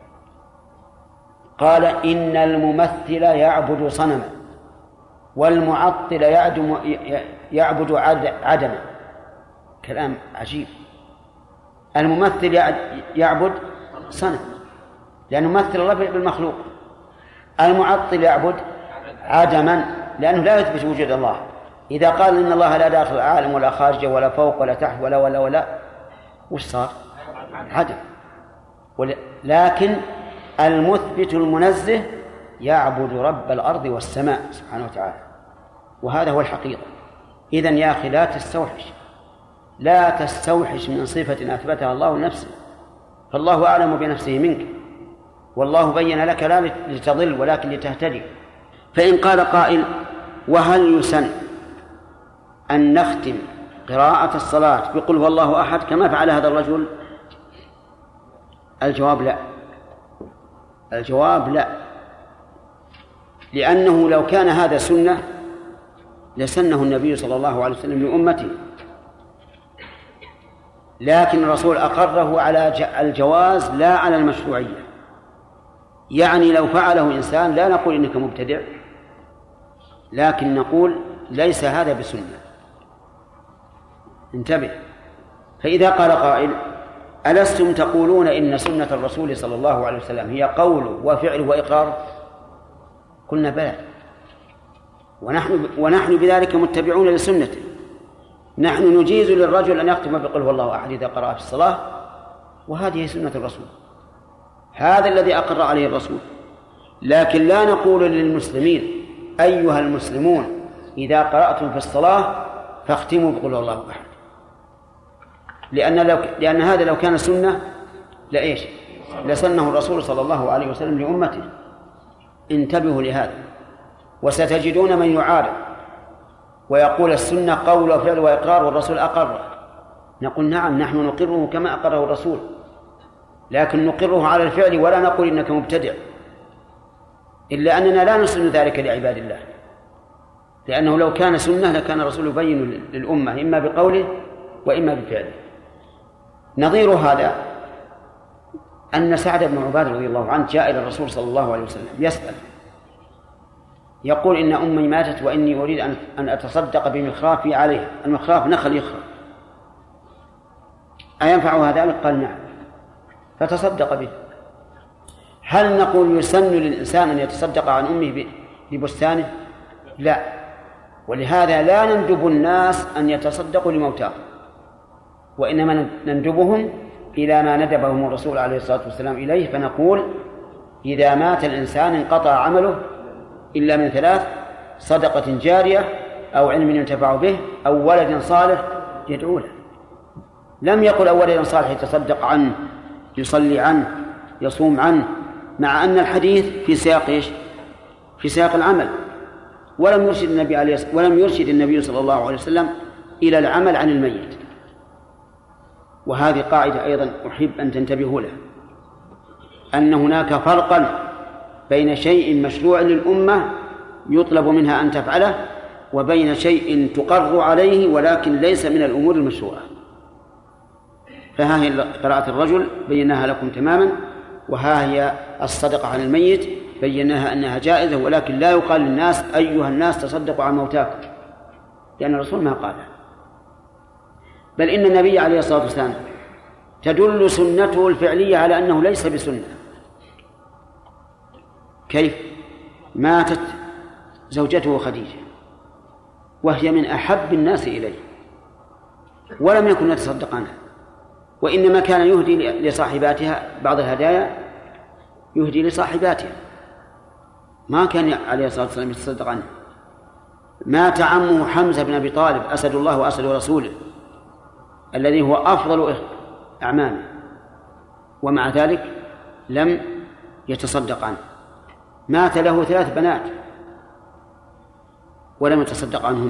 قال إن الممثل يعبد صنما والمعطل يعبد عدما. كلام عجيب. الممثل يعبد صنم لأنه مثل الله بالمخلوق، المعطل يعبد عدما لأنه لا يثبت وجود الله. إذا قال إن الله لا داخل العالم ولا خارجه ولا فوق ولا تحت ولا وش صار؟ عدم. لكن المثبت المنزه يعبد رب الأرض والسماء سبحانه وتعالى، وهذا هو الحقيقة. إذن يا أخي لا تستوحش من صفة أثبتها الله لنفسه، فالله أعلم بنفسه منك، والله بين لك لا لتضل ولكن لتهتدي. فإن قال قائل وهل يسن أن نختم قراءة الصلاة بقل هو الله أحد كما فعل هذا الرجل؟ الجواب لا. الجواب لا، لأنه لو كان هذا سنة لسنه النبي صلى الله عليه وسلم لأمته، لكن الرسول أقره على الجواز لا على المشروعية. يعني لو فعله إنسان لا نقول إنك مبتدع، لكن نقول ليس هذا بسنة. انتبه. فإذا قال قائل ألستم تقولون إن سنة الرسول صلى الله عليه وسلم هي قول وفعل وإقرار؟ قلنا بلى، ونحن بذلك متبعون لسنته. نحن نجيز للرجل أن يختم بقل هو الله أحد إذا قرأ في الصلاة، وهذه سنة الرسول، هذا الذي أقر عليه الرسول. لكن لا نقول للمسلمين أيها المسلمون إذا قرأتم في الصلاة فاختموا بقل هو الله أحد، لأن هذا لو كان سنة لإيش؟ لسنه الرسول صلى الله عليه وسلم لأمته. انتبهوا لهذا. وستجدون من يعارض ويقول السنة قول وفعل وإقرار والرسول أقره. نقول نعم، نحن نقره كما أقره الرسول، لكن نقره على الفعل ولا نقول إنك مبتدع، إلا أننا لا نسن ذلك لعباد الله، لأنه لو كان سنة لكان الرسول يبين للأمة إما بقوله وإما بفعله. نظير هذا أن سعد بن عبادة رضي الله عنه جاء إلى الرسول صلى الله عليه وسلم يسأل، يقول إن أمي ماتت وإني أريد أن أتصدق بمخرافي عليها. المخراف نخل يخرف، أينفع هذا؟ قال نعم، فتصدق به. هل نقول يسن للإنسان أن يتصدق عن أمه ببستانه؟ لا. ولهذا لا نندب الناس أن يتصدقوا لموتاهم، وإنما نندبهم إلى ما ندبهم الرسول عليه الصلاة والسلام إليه. فنقول إذا مات الإنسان انقطع عمله إلا من ثلاث: صدقة جارية أو علم ينتفع به أو ولد صالح يدعو له. لم يقل أو ولد صالح يتصدق عنه، يصلي عنه، يصوم عنه، مع أن الحديث في سياق إيش؟ في سياق العمل. ولم يرشد النبي صلى الله عليه وسلم إلى العمل عن الميت. وهذه قاعدة أيضا أحب أن تنتبهوا لها، أن هناك فرقا بين شيء مشروع للأمة يطلب منها أن تفعله وبين شيء تقر عليه ولكن ليس من الأمور المشروعة. فها هي قراءة الرجل بيناها لكم تماما، وها هي الصدقة عن الميت بيناها أنها جائزة، ولكن لا يقال للناس أيها الناس تصدقوا عن موتاكم، لأن الرسول ما قال. بل إن النبي عليه الصلاة والسلام تدل سنته الفعلية على أنه ليس بسنة. كيف؟ ماتت زوجته خديجة وهي من أحب الناس إليه ولم يكن يتصدق عنها، وإنما كان يهدي لصاحباتها بعض الهدايا، يهدي لصاحباتها، ما كان عليه الصلاة والسلام يتصدق عنها. مات عمه حمزة بن أبي طالب أسد الله وأسد رسوله الذي هو أفضل أعمامه، ومع ذلك لم يتصدق عنه. مات له 3 بنات ولم يتصدق عنهن.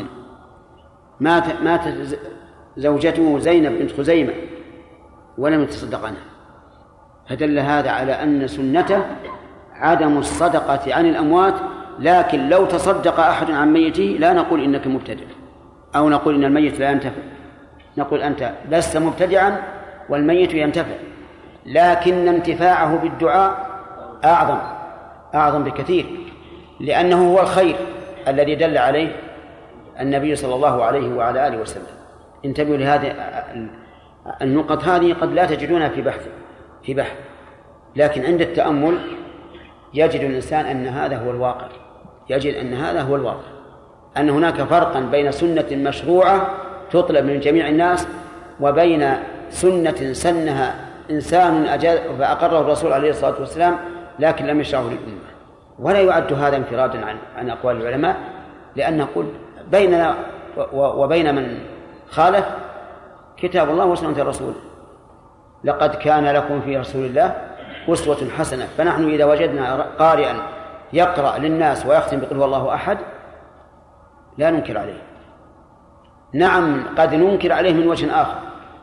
ماتت زوجته زينب بنت خزيمة ولم يتصدق عنها. فدل هذا على أن سنته عدم الصدقة عن الأموات، لكن لو تصدق أحد عن ميته لا نقول إنك مبتدع أو نقول إن الميت لا ينتفع، نقول أنت لست مبتدعا والميت ينتفع، لكن انتفاعه بالدعاء أعظم بكثير، لأنه هو الخير الذي دل عليه النبي صلى الله عليه وعلى آله وسلم. انتبهوا لهذه النقط، هذه قد لا تجدونها في بحث، لكن عند التأمل يجد الإنسان أن هذا هو الواقع، أن هناك فرقا بين سنة مشروعة تطلب من جميع الناس وبين سنة سنها إنسان فأقره الرسول عليه الصلاة والسلام لكن لم يشرعه للأمة. ولا يعد هذا انفرادا عن أقوال العلماء، لأن نقول بيننا وبين من خالف كتاب الله وسنة الرسول. لقد كان لكم في رسول الله أسوة حسنة. فنحن إذا وجدنا قارئا يقرأ للناس ويختم بقل هو الله أحد لا ننكر عليه، نعم قد ننكر عليه من وجه آخر،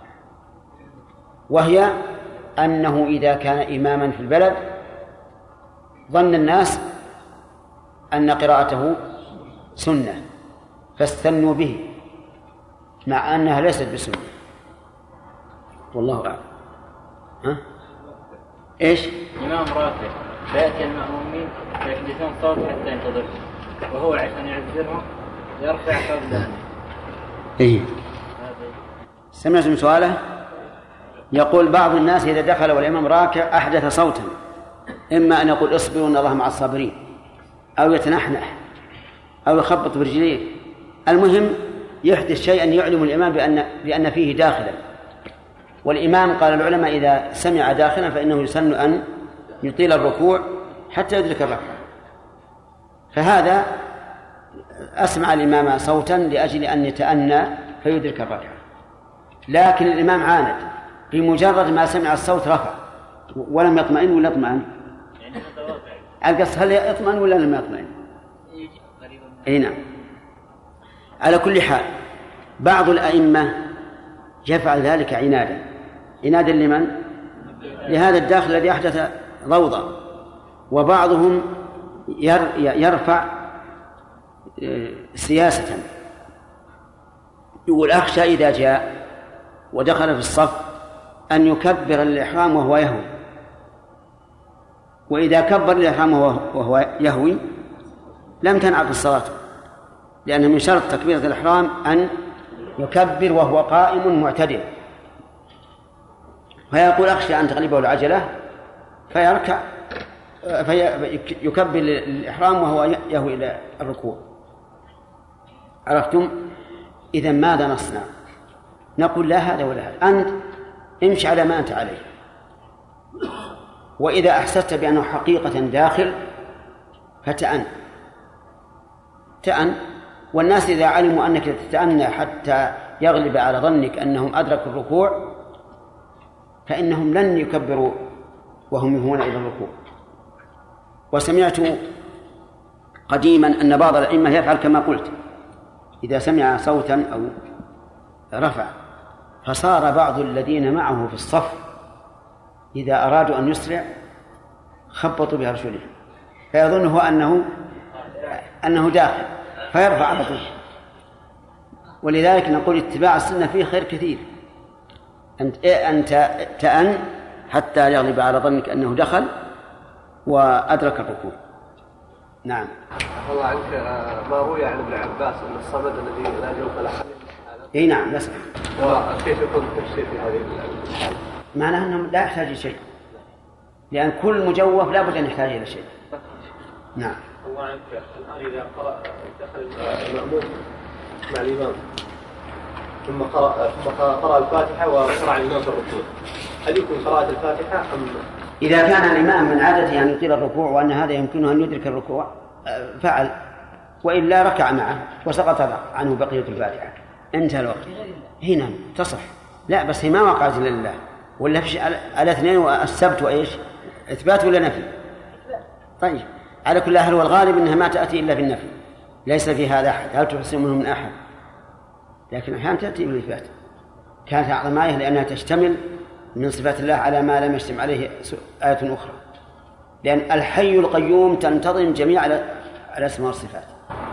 وهي أنه إذا كان إماما في البلد ظن الناس أن قراءته سنة فاستنوا به مع أنها ليست بسنة، والله أعلم. ها؟ إيش؟ إمام راتب فيأتي المأمومين فيحدثون صوت حتى ينتظر، وهو عشان يعذرهم يرفع قبل. إيه. سمعتم سؤاله؟ يقول بعض الناس إذا دخل والإمام راكع أحدث صوتا، إما أن يقول اصبروا إن الله مع الصابرين، أو يتنحنح، أو يخبط برجليه، المهم يحدث شيئا يعلم الإمام بأن فيه داخلا. والإمام قال العلماء إذا سمع داخلا فإنه يسن أن يطيل الركوع حتى يدرك الركعة، فهذا أسمع الإمام صوتا لأجل أن يتأنى فيدرك الركعة. لكن الإمام عاند، بمجرد ما سمع الصوت رفع ولم يطمئن ولا اطمئن. القصد هل يطمئن ولا لم يطمئن؟ أي نعم. على كل حال بعض الأئمة يفعل ذلك عنادا لمن؟ لهذا الداخل الذي أحدث ضوضاء. وبعضهم يرفع سياسة، يقول أخشى إذا جاء ودخل في الصف أن يكبر الإحرام وهو يهوي، وإذا كبر الإحرام وهو يهوي لم تنعقد صلاته، لأن من شرط تكبيرة الإحرام أن يكبر وهو قائم معتدل، فيقول أخشى أن تغلبه العجلة فيركع فيكبر الإحرام وهو يهوي إلى الركوع. عرفتم؟ إذن ماذا نصنع؟ نقول لا هذا ولا هذا، أنت امشي على ما أنت عليه، وإذا أحسست بأنه حقيقة داخل فتأن. والناس إذا علموا أنك تتأنى حتى يغلب على ظنك أنهم أدركوا الركوع فإنهم لن يكبروا وهم يهون إلى الركوع. وسمعت قديما أن بعض الأئمة يفعل كما قلت، إذا سمع صوتا أو رفع فصار بعض الذين معه في الصف إذا أرادوا أن يسرع خبطوا بأرجلهم فيظنه أنه داخل فيرفع على طول. ولذلك نقول اتباع السنة فيه خير كثير، أنت تأن حتى يغلب على ظنك أنه دخل وأدرك الركوع. نعم. الله عنك ما روي عن ابن عباس أن الصمد الذي لا جوف له. اي نعم بس كيف يكون التفسير في هذه الحالة؟ معناه أنه لا يحتاج إلى شيء، لأن كل مجوف لا بد أن يحتاج إلى شيء. نعم. الله عنك الآن إذا دخل المأموم مع الإمام ثم قرأ الفاتحة وشرع الإمام في الركوع، هل يكون قراءة الفاتحة أم؟ إذا كان الإمام من عادته أن يطيل الركوع وأن هذا يمكنه أن يدرك الركوع فعل، وإلا ركع معه وسقط عنه بقية الفاتحة انتهى الوقت. هنا تصح، لا بس هي ما وقعت إلا لله، ولا فيش على اثنين والسبت وإيش إثبات ولا نفي؟ طيب على كل حال والغالب أنها ما تأتي إلا بالنفي، ليس في هذا أحد، هل تحسن منه من أحد؟ لكن أحيانا تأتي بالإثبات. كانت أعظم آية لأنها تشتمل من صفات الله على ما لم يشتم عليه آية أخرى، لأن الحي القيوم تنتظم جميع الأسماء والصفات.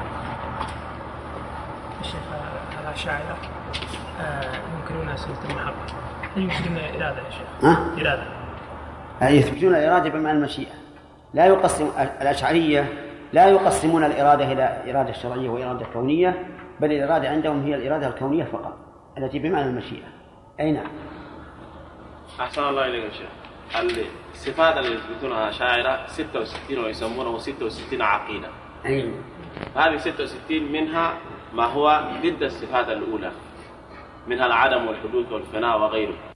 الشيخ الأشاعرة يمكنون أسئلة المحبة، هل يمكنون إرادة يا شيخ؟ إرادة يثبتون الإرادة بمعنى المشيئة. لا يقسم الأشعرية لا يقسمون الإرادة إلى إرادة شرعية وإرادة كونية، بل الإرادة عندهم هي الإرادة الكونية فقط التي بمعنى المشيئة. أي نعم. أحسن الله إليك يا شيخ. الصفات اللي يثبتونها شاعرة 66 ويسمونه 66 عقيدة. أي. هذه 66 منها ما هو ضد الصفات الأولى، منها العدم والحدوث والفناء وغيره.